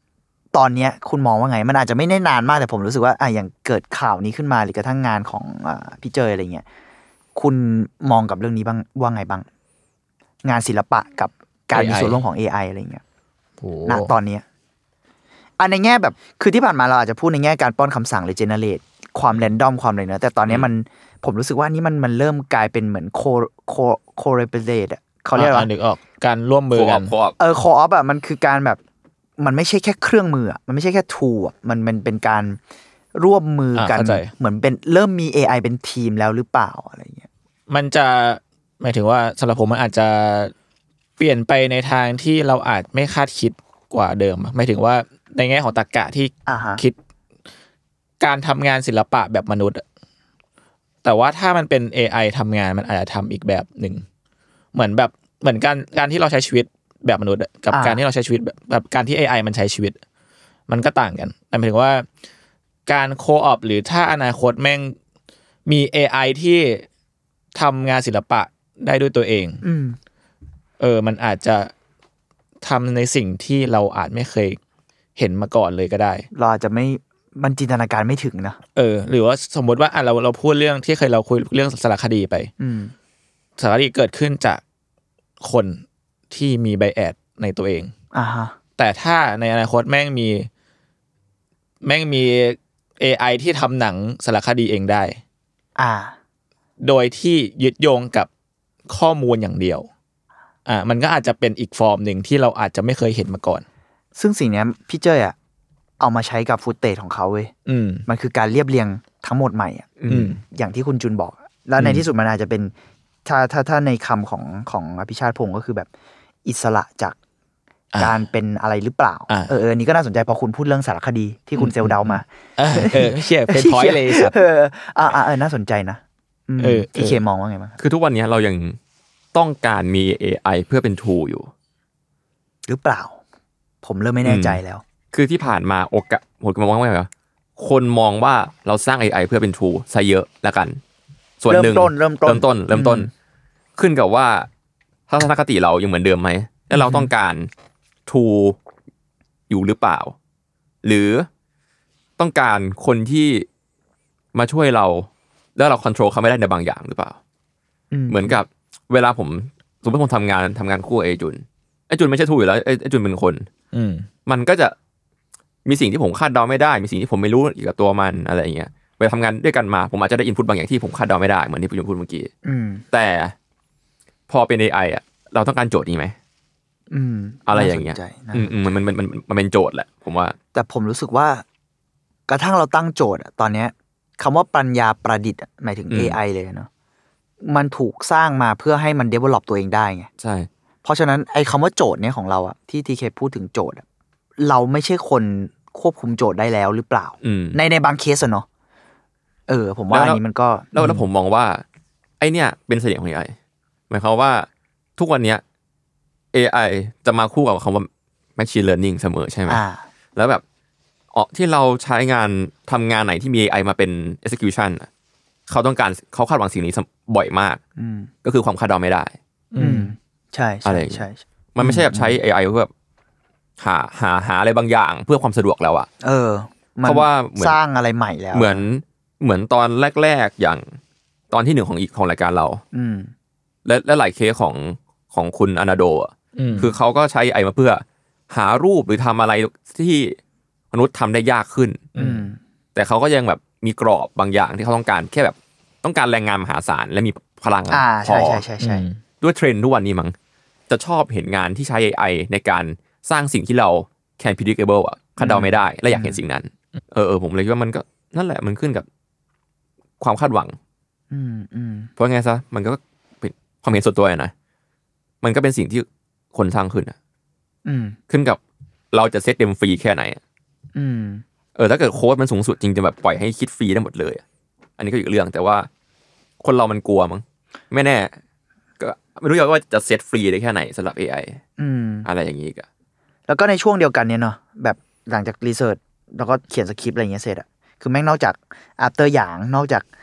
Speaker 7: ตอนเนี้ยคุณมองว่าไงมันอาจจะไม่ได้นานมากแต่ผมรู้สึกว่าอย่างเกิดข่าวนี้ขึ้นมาหรือกระทั่งงานของพี่เจยอะไรเงี้ยคุณมองกับเรื่องนี้บ้างว่าไงบ้างงานศิลปะกับการมีส่วนร่วมของ AI อะไรเงี้ยณตอนนี้ในแง่แบบคือที่ผ่านมาเราอาจจะพูดในแง่การป้อนคำสั่งหรือเจเนเรตความแรนดอมความอะไรเนอะแต่ตอนนี้ผมรู้สึกว่านี่มันเริ่มกลายเป็นเหมือนโคเรเปเรตอ่ะเขาเรียกว่า
Speaker 5: นึกออกการร่วมมือกัน
Speaker 7: โคออฟอ่ะมันคือการแบบมันไม่ใช่แค่เครื่องมือมันไม่ใช่แค่ทูอ่ะมันเป็นการร่วมมือกันเหมือนเป็นเริ่มมี AI เป็นทีมแล้วหรือเปล่าอะไรเงี้ย
Speaker 5: มันจะหมายถึงว่าสำหรับผมมันอาจจะเปลี่ยนไปในทางที่เราอาจไม่คาดคิดกว่าเดิมหมายถึงว่าในแง่ของตรรกะที่คิดการทำงานศิลปะแบบมนุษย์แต่ว่าถ้ามันเป็น AI ทำงานมันอาจจะทำอีกแบบหนึ่งเหมือนการที่เราใช้ชีวิตแบบมนุษย์กับการที่เราใช้ชีวิตแบบการที่ AI มันใช้ชีวิตมันก็ต่างกันหมายถึงว่าการโคออปหรือถ้าอนาคตแม่งมี AI ที่ทำงานศิลปะได้ด้วยตัวเองมันอาจจะทำในสิ่งที่เราอาจไม่เคยเห็นมาก่อนเลยก็ได้
Speaker 7: เราอาจจะไม่มันจินตนาการไม่ถึงนะ
Speaker 5: หรือว่าสมมติว่าเราพูดเรื่องที่เคยเราคุยเรื่องสารคดีไปสารคดีเกิดขึ้นจากคนที่มีไบแอสในตัวเองแต่ถ้าในอนาคตแม่งมี AI ที่ทำหนังสารคดีเองได้โดยที่ยึดโยงกับข้อมูลอย่างเดียวมันก็อาจจะเป็นอีกฟอร์มหนึ่งที่เราอาจจะไม่เคยเห็นมาก่อน
Speaker 7: ซึ่งสิ่งนี้พี่เจ้ยเอามาใช้กับฟุตเตจของเขาเว้ยมันคือการเรียบเรียงทั้งหมดใหม่อย่างที่คุณจุนบอกแล้วในที่สุดมันอาจจะเป็นถ้าในคำของอภิชาติพงศ์ก็คือแบบอิสระจากการเป็นอะไรหรือเปล่านี่ก็น่าสนใจพอคุณพูดเรื่องสารคดีที่คุณเซลเดามา
Speaker 5: เชี่ยเป็นพอยต์เลยครับ
Speaker 7: น่าสนใจนะที่เคมองว่าไงบ้าง
Speaker 6: คือทุกวันนี้เรายังต้องการมี AI เพื่อเป็น tool อยู่
Speaker 7: หรือเปล่าผมเริ่มไม่แน่ใจแล้ว
Speaker 6: คือที่ผ่านมาผมมองว่าไงวะคนมองว่าเราสร้าง AI เพื่อเป็น tool ซะเยอะแล้วกันส่วนหนึ่งเริ่มต้นขึ้นกับว่าทัศนคติเรายังเหมือนเดิมไหมแล้วเราต้องการ tool อยู่หรือเปล่าหรือต้องการคนที่มาช่วยเราแล้วเราควบคุมเขาไม่ได้ในบางอย่างหรือเปล่าเหมือนกับเวลาผมสมมติผมทำงานคู่ไอ้จุนไม่ใช่ทูอยู่แล้วไอ้จุนเป็นคนมันก็จะมีสิ่งที่ผมคาดเดาไม่ได้มีสิ่งที่ผมไม่รู้เกี่ยวกับตัวมันอะไรอย่างเงี้ยเวลาทำงานด้วยกันมาผมอาจจะได้อินพุตบางอย่างที่ผมคาดเดาไม่ได้เหมือนที่พี่จุนพูดเมื่อกี้แต่พอเป็น AI เราต้องการโจทย์นี้ไหมอะไรอย่างเงี้ยมันเป็นโจทย์แหละผมว่า
Speaker 7: แต่ผมรู้สึกว่ากระทั่งเราตั้งโจทย์ตอนเนี้ยคำว่าปัญญาประดิษฐ์หมายถึง AI เลยเนาะมันถูกสร้างมาเพื่อให้มัน develop ตัวเองได้ไง
Speaker 6: ใช่
Speaker 7: เพราะฉะนั้นไอ้คำว่าโจทย์เนี้ยของเราที่ทีเคพูดถึงโจทย์เราไม่ใช่คนควบคุมโจทย์ได้แล้วหรือเปล่าในบางเคสเนาะผมว่าอันนี้มันก็
Speaker 6: แล้วผมมองว่าไอเนี้ยเป็นเสน่ห์ของ AI หมายความว่าทุกวันเนี้ย AI จะมาคู่กับคำว่า machine learning เสมอใช่ไหมแล้วแบบที่เราใช้ทำงานไหนที่มี AI มาเป็น execution เขาคาดหวังสิ่งนี้บ่อยมากก็คือความคาดเดาไม่ได้
Speaker 7: ใช่ใช่
Speaker 6: มันไม่ใช่แบบใช้ AI เพื่อแบบหาอะไรบางอย่างเพื่อความสะดวกแล้วเพราะว่า
Speaker 7: สร้างอะไรใหม่แล้ว
Speaker 6: เหมือนตอนแรกๆอย่างตอนที่1ของรายการเราและหลายเคสของคุณอนาโดคือเขาก็ใช้ AI มาเพื่อหารูปหรือทำอะไรที่มนุษย์ทำได้ยากขึ้นแต่เขาก็ยังแบบมีกรอบบางอย่างที่เขาต้องการแค่แบบต้องการแรงงานมหาศาลและมีพลังพอ
Speaker 7: ใช่
Speaker 6: ด้วยเทรนด์ทุกวันนี้มั้งจะชอบเห็นงานที่ใช้ AI ในการสร้างสิ่งที่เรา can predictable คาดเดาไม่ได้และอยากเห็นสิ่งนั้นผมเลยคิดว่ามันก็นั่นแหละมันขึ้นกับความคาดหวังเพราะไงซะมันก็เป็นความเห็นส่วนตัวนะมันก็เป็นสิ่งที่คนสร้างขึ้นขึ้นกับเราจะเซตเต็มฟรีแค่ไหนถ้าเกิดโค้ดมันสูงสุดจริงจะแบบปล่อยให้คิดฟรีได้หมดเลยอันนี้ก็อีกเรื่องแต่ว่าคนเรามันกลัวมั้งไม่แน่ก็ไม่รู้ว่าจะเซตฟรีได้แค่ไหนสำหรับ AI อะไรอย่างนี้ก็
Speaker 7: แล้วก็ในช่วงเดียวกันเนี่ยเนาะแบบหลังจากรีเสิร์ชแล้วก็เขียนสคริปต์อะไรอย่างเงี้ยเสร็จคือแม่งนอกจาก after อย่างนอกจาก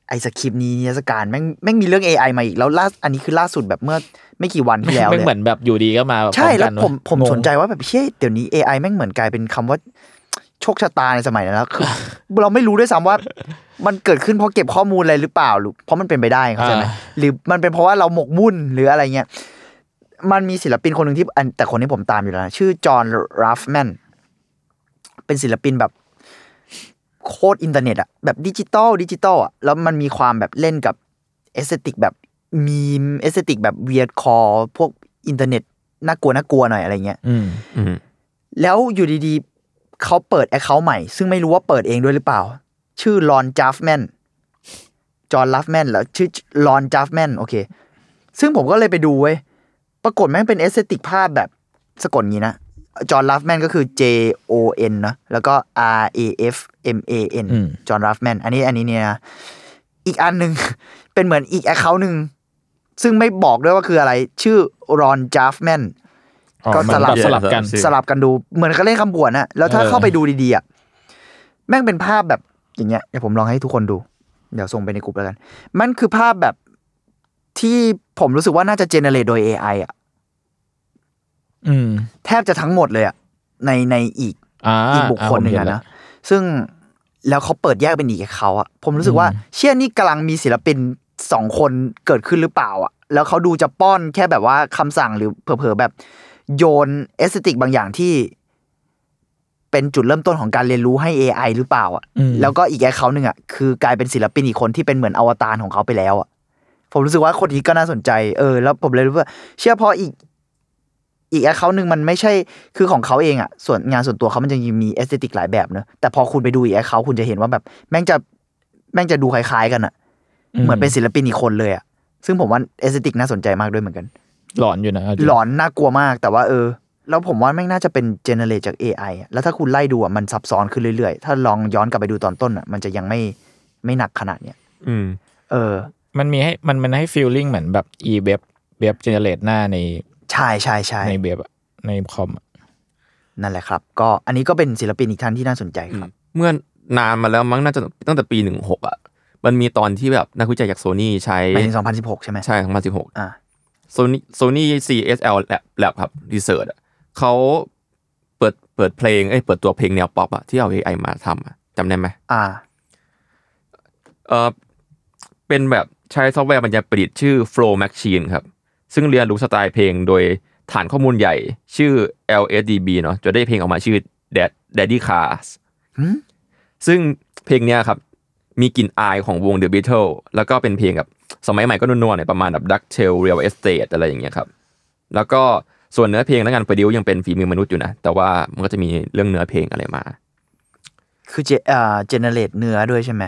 Speaker 7: ไอ้สคริปต์นี้นิทรรศการแม่งมีเรื่อง AI มาอีกแล้วอันนี้คือล่าสุดแบบเมื่อไม่กี่วันที่แล้วเลย
Speaker 5: เหมือนแบบอยู่ดีก็มา
Speaker 7: ใช่แล้วผมสนใจว่าแบบเฮ้ยเดี๋ยวนี้ AI แม่งเหมือนกลายเป็นคำว่าโชคชะตาในสมัยนั้นแล้วคือเราไม่รู้ด้วยซ้ำว่ามันเกิดขึ้นเพราะเก็บข้อมูลอะไรหรือเปล่าหรือเพราะมันเป็นไปได้เข้าใจไหมหรือมันเป็นเพราะว่าเราหมกมุ่นหรืออะไรเงี้ยมันมีศิลปินคนหนึ่งที่แต่คนนี้ผมตามอยู่แล้วนะชื่อจอห์นราฟแมนเป็นศิลปินแบบโคตรอินเทอร์เน็ตอะแบบดิจิตอลอะแล้วมันมีความแบบเล่นกับเอสเธติกแบบมีเอสเธติกแบบเวียร์ดคอร์พวกอินเทอร์เน็ตน่ากลัวหน่อยอะไรเงี้ยแล้วอยู่ดีๆเขาเปิด account ใหม่ซึ่งไม่รู้ว่าเปิดเองด้วยหรือเปล่าชื่อลอนจัฟแมนจอห์นลัฟแมนแล้วชื่อลอนจัฟแมนโอเคซึ่งผมก็เลยไปดูเว้ยปรากฏแม่งเป็นเอสเธติกภาพแบบสะกดงี้นะจอห์นลัฟแมนก็คือ JON นะแล้วก็ RAFMAN จอห์นลัฟแมนอันนี้เนี่ยอีกอันนึง เป็นเหมือนอีก account นึงซึ่งไม่บอกด้วยว่าคืออะไรชื่อรอนจัฟแมนก็สลับกันดูเหมือนเขาเล่นคำผวนนะแล้วถ้าเข้าไปดูดีๆอ่ะแม่งเป็นภาพแบบอย่างเงี้ยเดี๋ยวผมลองให้ทุกคนดูเดี๋ยวส่งไปในกลุ่มแล้วกันมันคือภาพแบบที่ผมรู้สึกว่าน่าจะเจเนเรตโดย AI อ่ะแทบจะทั้งหมดเลยอ่ะในอีกบุคคลหนึ่งนะซึ่งแล้วเขาเปิดแยกเป็นอีกเขาอ่ะผมรู้สึกว่าเชี่ยนี่กำลังมีศิลปิน2คนเกิดขึ้นหรือเปล่าอ่ะแล้วเขาดูจะป้อนแค่แบบว่าคำสั่งหรือเผลอๆแบบโยนเอสเธติกบางอย่างที่เป็นจุดเริ่มต้นของการเรียนรู้ให้ AI หรือเปล่าอ่ะแล้วก็อีกเขานึงอ่ะคือกลายเป็นศิลปินอีกคนที่เป็นเหมือนอวตารของเขาไปแล้วอ่ะผมรู้สึกว่าคนนี้ก็น่าสนใจแล้วผมเลยรู้ว่าเชื่อพออีกแอคเคาท์นึงมันไม่ใช่คือของเขาเองอ่ะส่วนงานส่วนตัวเขามันจะมีเอสเธติกหลายแบบเนอะแต่พอคุณไปดูอีกแอคเคาท์คุณจะเห็นว่าแบบแม่งจะดูคล้ายๆกันอ่ะเหมือนเป็นศิลปินอีกคนเลยอ่ะซึ่งผมว่าเอสเธติกน่าสนใจมากด้วยเหมือนกัน
Speaker 5: หลอนอยู่นะ
Speaker 7: หลอนน่ากลัวมากแต่ว่าแล้วผมว่าแม่งน่าจะเป็นเจเนเรตจาก AI อ่ะแล้วถ้าคุณไล่ดูอ่ะมันซับซ้อนขึ้นเรื่อยๆถ้าลองย้อนกลับไปดูตอนต้นอ่ะมันจะยังไม่หนักขนาดเนี้ย
Speaker 5: มันมีให้มันให้ฟีลลิ่งเหมือนแบบเว็บเจเนเรตหน้าใน
Speaker 7: ใช่
Speaker 5: ในเว็บในคอม
Speaker 7: นั่นแหละครับก็อันนี้ก็เป็นศิลปินอีกท่านที่น่าสนใจครับ
Speaker 6: เมื่อนานมาแล้วมั้งน่าจะตั้งแต่ปี16อ่ะมันมีตอนที่แบบนักวิจัยจาก Sony ใช้
Speaker 7: ใน2016ใช่มั้ย
Speaker 6: ใช่2016Sony CSL Lab ครับ Research เขาเปิดเพลงเปิดตัวเพลงแนวป๊อปอ่ะที่เอา AI มาทำจำได้มั้ยเป็นแบบใช้ซอฟต์แวร์บรรยายประดิษฐ์ชื่อ Flow Machine ครับซึ่งเรียนรู้สไตล์เพลงโดยฐานข้อมูลใหญ่ชื่อ LSDB เนาะจะได้เพลงออกมาชื่อ Daddy Cars ซึ่งเพลงเนี้ยครับมีกลิ่นอายของวง The Beatles แล้วก็เป็นเพลงแบบสมัยใหม่ก็นัวๆหน่อยประมาณแบบ DuckTales Real Estate อะไรอย่างเงี้ยครับแล้วก็ส่วนเนื้อเพลงและงานโปรดิวซ์ยังเป็นฝีมือมนุษย์อยู่นะแต่ว่ามันก็จะมีเรื่องเนื้อเพลงอะไรมา
Speaker 7: คือgenerate เนื้อด้วยใช่ไหม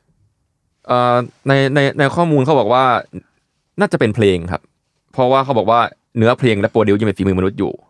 Speaker 6: ในข้อมูลเขาบอกว่าน่าจะเป็นเพลงครับเพราะว่าเขาบอกว่าเนื้อเพลงและโปรดิวซ์ยังเป็นฝีมือมนุษย์อยู่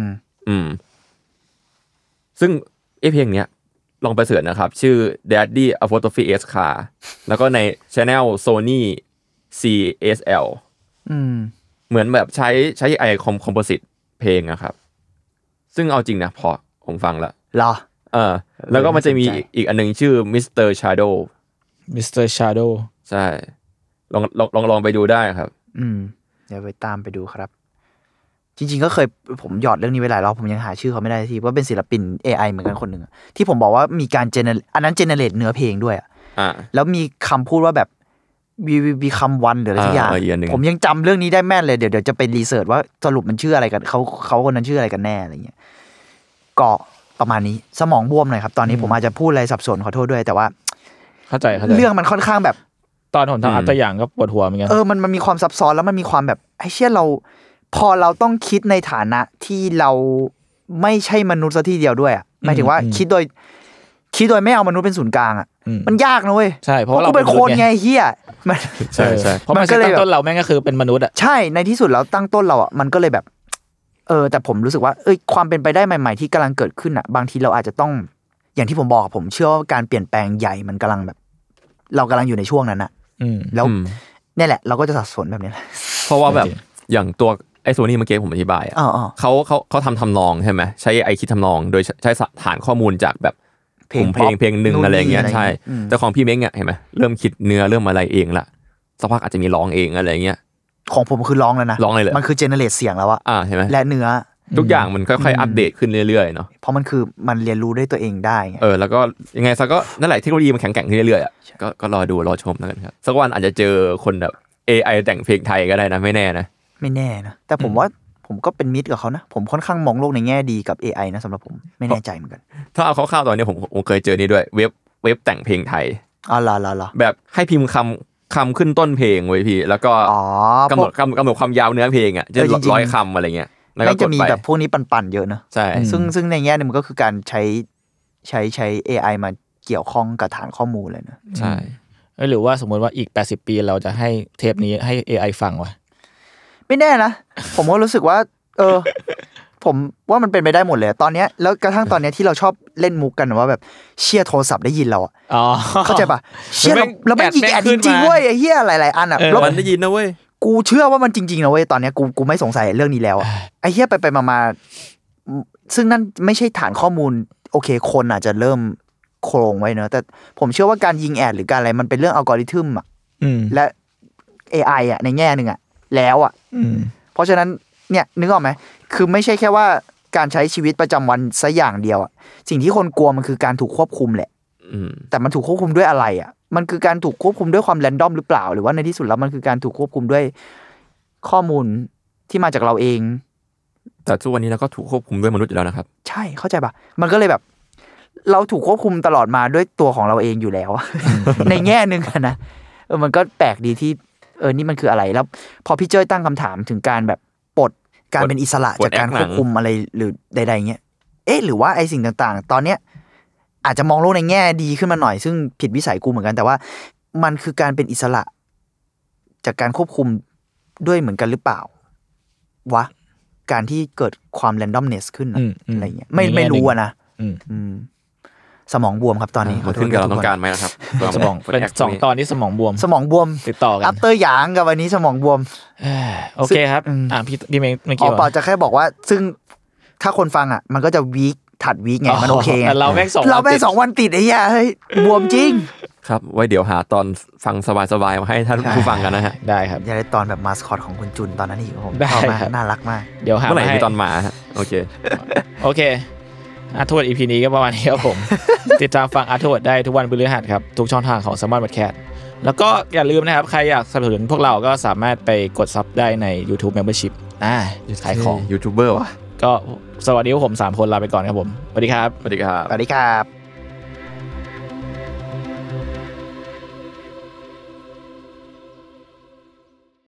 Speaker 6: ซึ่งเพลงเนี้ยลองไปเสิร์ชนะครับชื่อ Daddy Apostrophe S Car แล้วก็ใน Channel Sony CSL เหมือนแบบใช้ไอคอมโพสิตเพลงอะครับซึ่งเอาจริงนะพอผมฟังแล้ว
Speaker 7: เหรอ
Speaker 6: แล้วก็มันจะมีอีกอันนึงชื่อ Mr. Shadow ใช่ลองไปดูได้ครับ
Speaker 7: เดี๋ยวไปตามไปดูครับจริงๆก็เคยผมหยอดเรื่องนี้ไว้หลายรอบผมยังหาชื่อเขาไม่ได้ทีว่าเป็นศิลปิน AI เหมือนกันคนหนึ่งที่ผมบอกว่ามีการอันนั้นเจเนเรตเนื้อเพลงด้วยแล้วมีคำพูดว่าแบบwe become one หรืออะไรสักอย่างผมยังจำเรื่องนี้ได้แม่นเลยเดี๋ยวจะไปรีเสิร์ชว่าสรุปมันชื่ออะไรกันเขาคนนั้นชื่ออะไรกันแน่อะไรเงี้ยก็ประมาณนี้สมองบวมหน่อยครับตอนนี้ผมอาจจะพูดอะไรสับสนขอโทษด้วยแต่ว่า
Speaker 5: เข้าใจ
Speaker 7: เรื่องมันค่อนข้างแบบ
Speaker 5: ตอนผมทำอัตอย่างก็ปวดหัวเหมือนกัน
Speaker 7: มันมีความซับซ้อนแล้วมันมีความแบบไอ้เชี่ยเราพอเราต้องคิดในฐานะที่เราไม่ใช่มนุษย์ซะทีเดียวด้วยอ่ะหมายถึงว่าคิดโดยไม่เอามนุษย์เป็นศูนย์กลางอ่ะมันยากนะเว้ย
Speaker 5: ใช่เพราะเรา
Speaker 7: เป็นคนไงเฮีย
Speaker 6: ใช่
Speaker 5: เพราะมันก็เลยตั้งต้นเราแม่งก็คือเป็นมนุษย์อ่ะ
Speaker 7: ใช่ในที่สุดแล้วตั้งต้นเราอ่ะมันก็เลยแบบแต่ผมรู้สึกว่าความเป็นไปได้ใหม่ๆที่กำลังเกิดขึ้นอ่ะบางทีเราอาจจะต้องอย่างที่ผมบอกผมเชื่อว่าการเปลี่ยนแปลงใหญ่มันกำลังแบบเรากำลังอยู่ในช่วงนั้นอ่ะแล้วนี่แหละเราก็จะสับสนแบบนี้แหละ
Speaker 6: เพราะว่าแบบอย่างตัวไอ้โซนี่เมื่อกี้ผมอธิบายเขาทำนองใช่ไหมใช้ไอคิดทำนองโดยใช้ฐานข้อมูลจากแบบเพลงนึงอะไรอย่างเงี้ยใช่แต่ของพี่เม้งอ่ะเห็นมั้ยเริ่มคิดเนื้อเริ่มอะไรเองละสักพักอาจจะมีร้องเองอะไรอย่างเงี้ย
Speaker 7: ของผมคือร้องแล้วนะ
Speaker 6: ร้องเลย
Speaker 7: มันคือเจเนเรตเสียงแล้วอะ
Speaker 6: เห็นมั้ย
Speaker 7: และเนื้อ
Speaker 6: ทุกอย่างมันค่อยๆอัปเดตขึ้นเรื่อยๆเนาะ
Speaker 7: เพราะมันคือมันเรียนรู้ด้วยตัวเองได้
Speaker 6: แล้วก็ยังไงซะก็นั่นแหละเทคโนโลยีมันแข็งแกร่งขึ้นเรื่อยๆอ่ะก็รอดูรอชมแล้วกันครับสักวันอาจจะเจอคนแบบ AI แต่งเพลงไทยก็ได้นะไม่แน่นะ
Speaker 7: แต่ผมว่าผมก็เป็นมิตรกับเขานะผมค่อนข้างมองโลกในแง่ดีกับ AI นะสำหรับผมไม่แน่ใจเหมือนกัน
Speaker 6: ถ้าเอาคร่าวๆตอนนี้ผมเคยเจอนี่ด้วยเว็บแต่งเพลงไทย
Speaker 7: ล่ะ
Speaker 6: แบบให้พิมพ์คำขึ้นต้นเพลงไว้พี่แล้วก็กำหนดความยาวเนื้อเพลงอ่ะจะ100คำอะไรเงี้ย
Speaker 7: แล้วก็จะมีแบบพวกนี้ปั่นๆเยอะนะ
Speaker 6: ใช่
Speaker 7: ซึ่งในแง่นึงมันก็คือการใช้ AI มาเกี่ยวข้องกับฐานข้อมูลเลยนะ
Speaker 6: ใช่
Speaker 5: หรือว่าสมมติว่าอีก80ปีเราจะให้เทปนี้ให้ AI ฟังวะ
Speaker 7: ไม่แน่นะผมก็รู้สึกว่าผมว่ามันเป็นไปได้หมดเลยตอนนี้แล้วกระทั่งตอนนี้ที่เราชอบเล่นมุกกันว่าแบบเชี่ยโทรศัพท์ได้ยินเราอ่ะเข้าใจป่ะเชี่ยเราไม่ยิงแอดจริงๆเว้ยไอ้เหี้ยหลายๆอันอ่ะ
Speaker 6: แล้วมันได้ยินนะเว้ย
Speaker 7: กูเชื่อว่ามันจริงๆนะเว้ยตอนนี้กูไม่สงสัยเรื่องนี้แล้วไอ้เหี้ยไปมาซึ่งนั่นไม่ใช่ฐานข้อมูลโอเคคนอาจจะเริ่มโครงไว้เนอะแต่ผมเชื่อว่าการยิงแอดหรือการอะไรมันเป็นเรื่องอัลกอริทึมอ่ะและ AI อ่ะในแง่นึงอ่ะแล้วอ่ะเพราะฉะนั้นเนี่ยนึกออกไหมคือไม่ใช่แค่ว่าการใช้ชีวิตประจำวันซะอย่างเดียวอ่ะสิ่งที่คนกลัวมันคือการถูกควบคุมแหละแต่มันถูกควบคุมด้วยอะไรอ่ะมันคือการถูกควบคุมด้วยความแรนดอมหรือเปล่าหรือว่าในที่สุดแล้วมันคือการถูกควบคุมด้วยข้อมูลที่มาจากเราเอง
Speaker 6: แต่ทุกวันนี้เราก็ถูกควบคุมด้วยมนุษย์อยู่แล้วนะครับ
Speaker 7: ใช่เข้าใจป่ะมันก็เลยแบบเราถูกควบคุมตลอดมาด้วยตัวของเราเองอยู่แล้ว ในแง่นึงนะมันก็แปลกดีที่นี่มันคืออะไรแล้วพอพี่เจ้ยตั้งคำถามถึงการแบบปลดการเป็นอิสระจากการควบคุมอะไรหรือใดๆเงี้ยหรือว่าไอ้สิ่งต่างๆตอนเนี้ยอาจจะมองโลกในแง่ดีขึ้นมาหน่อยซึ่งผิดวิสัยกูเหมือนกันแต่ว่ามันคือการเป็นอิสระจากการควบคุมด้วยเหมือนกันหรือเปล่าวะการที่เกิดความแรนดอมเนสขึ้นอะไรเงี้ยไม่รู้อะนะสมองบวมครับตอนนี้
Speaker 6: ขึ้นกับเราต้องการไหมนะครับ
Speaker 5: สมองเป็น2ตอนที่สมองบวมติดต่อกัน
Speaker 7: อัปเตอร์หยางกับวันนี้สมองบวม
Speaker 5: โอเคครับพี่เมย์เมื่อกี้
Speaker 7: เปล่าจะแค่บอกว่าซึ่งถ้าคนฟังอ่ะมันก็จะวีคถัดวีคไงมันโอเค
Speaker 5: เราแม่ง
Speaker 7: 2วันติดไอ้เหี้ยเฮ้ยบวมจริง
Speaker 6: ครับไว้เดี๋ยวหาตอนฟังสบายๆมาให้ท่านผู้ฟังกันนะฮะ
Speaker 5: ได้ครับ
Speaker 7: อย่าได้ตอนแบบมาสคอตของคุณจุนตอนนั้นอีกผมชอบมากน่ารักมาก
Speaker 5: เดี๋ยวหา
Speaker 6: เมื่อไหร่มีตอนหมาโอเค
Speaker 5: อาร์ทวด EP นี้ก็ประมาณนี้ครับผม ติดตามฟังอาร์ทวดได้ทุกวันพฤหัสครับทุกช่องทางของ Smart Podcast แล้วก็อย่าลืมนะครับใครอยากสนับสนุนพวกเราก็สามารถไปกดซับได้ใน YouTube Membership ขายของ
Speaker 6: ยูทูบเบอร์วะ
Speaker 5: ก็สวัสดีผม3คนลาไปก่อนครับผมสวัสดีครับ
Speaker 6: สวัสดีครับ
Speaker 7: สวัสดีครับ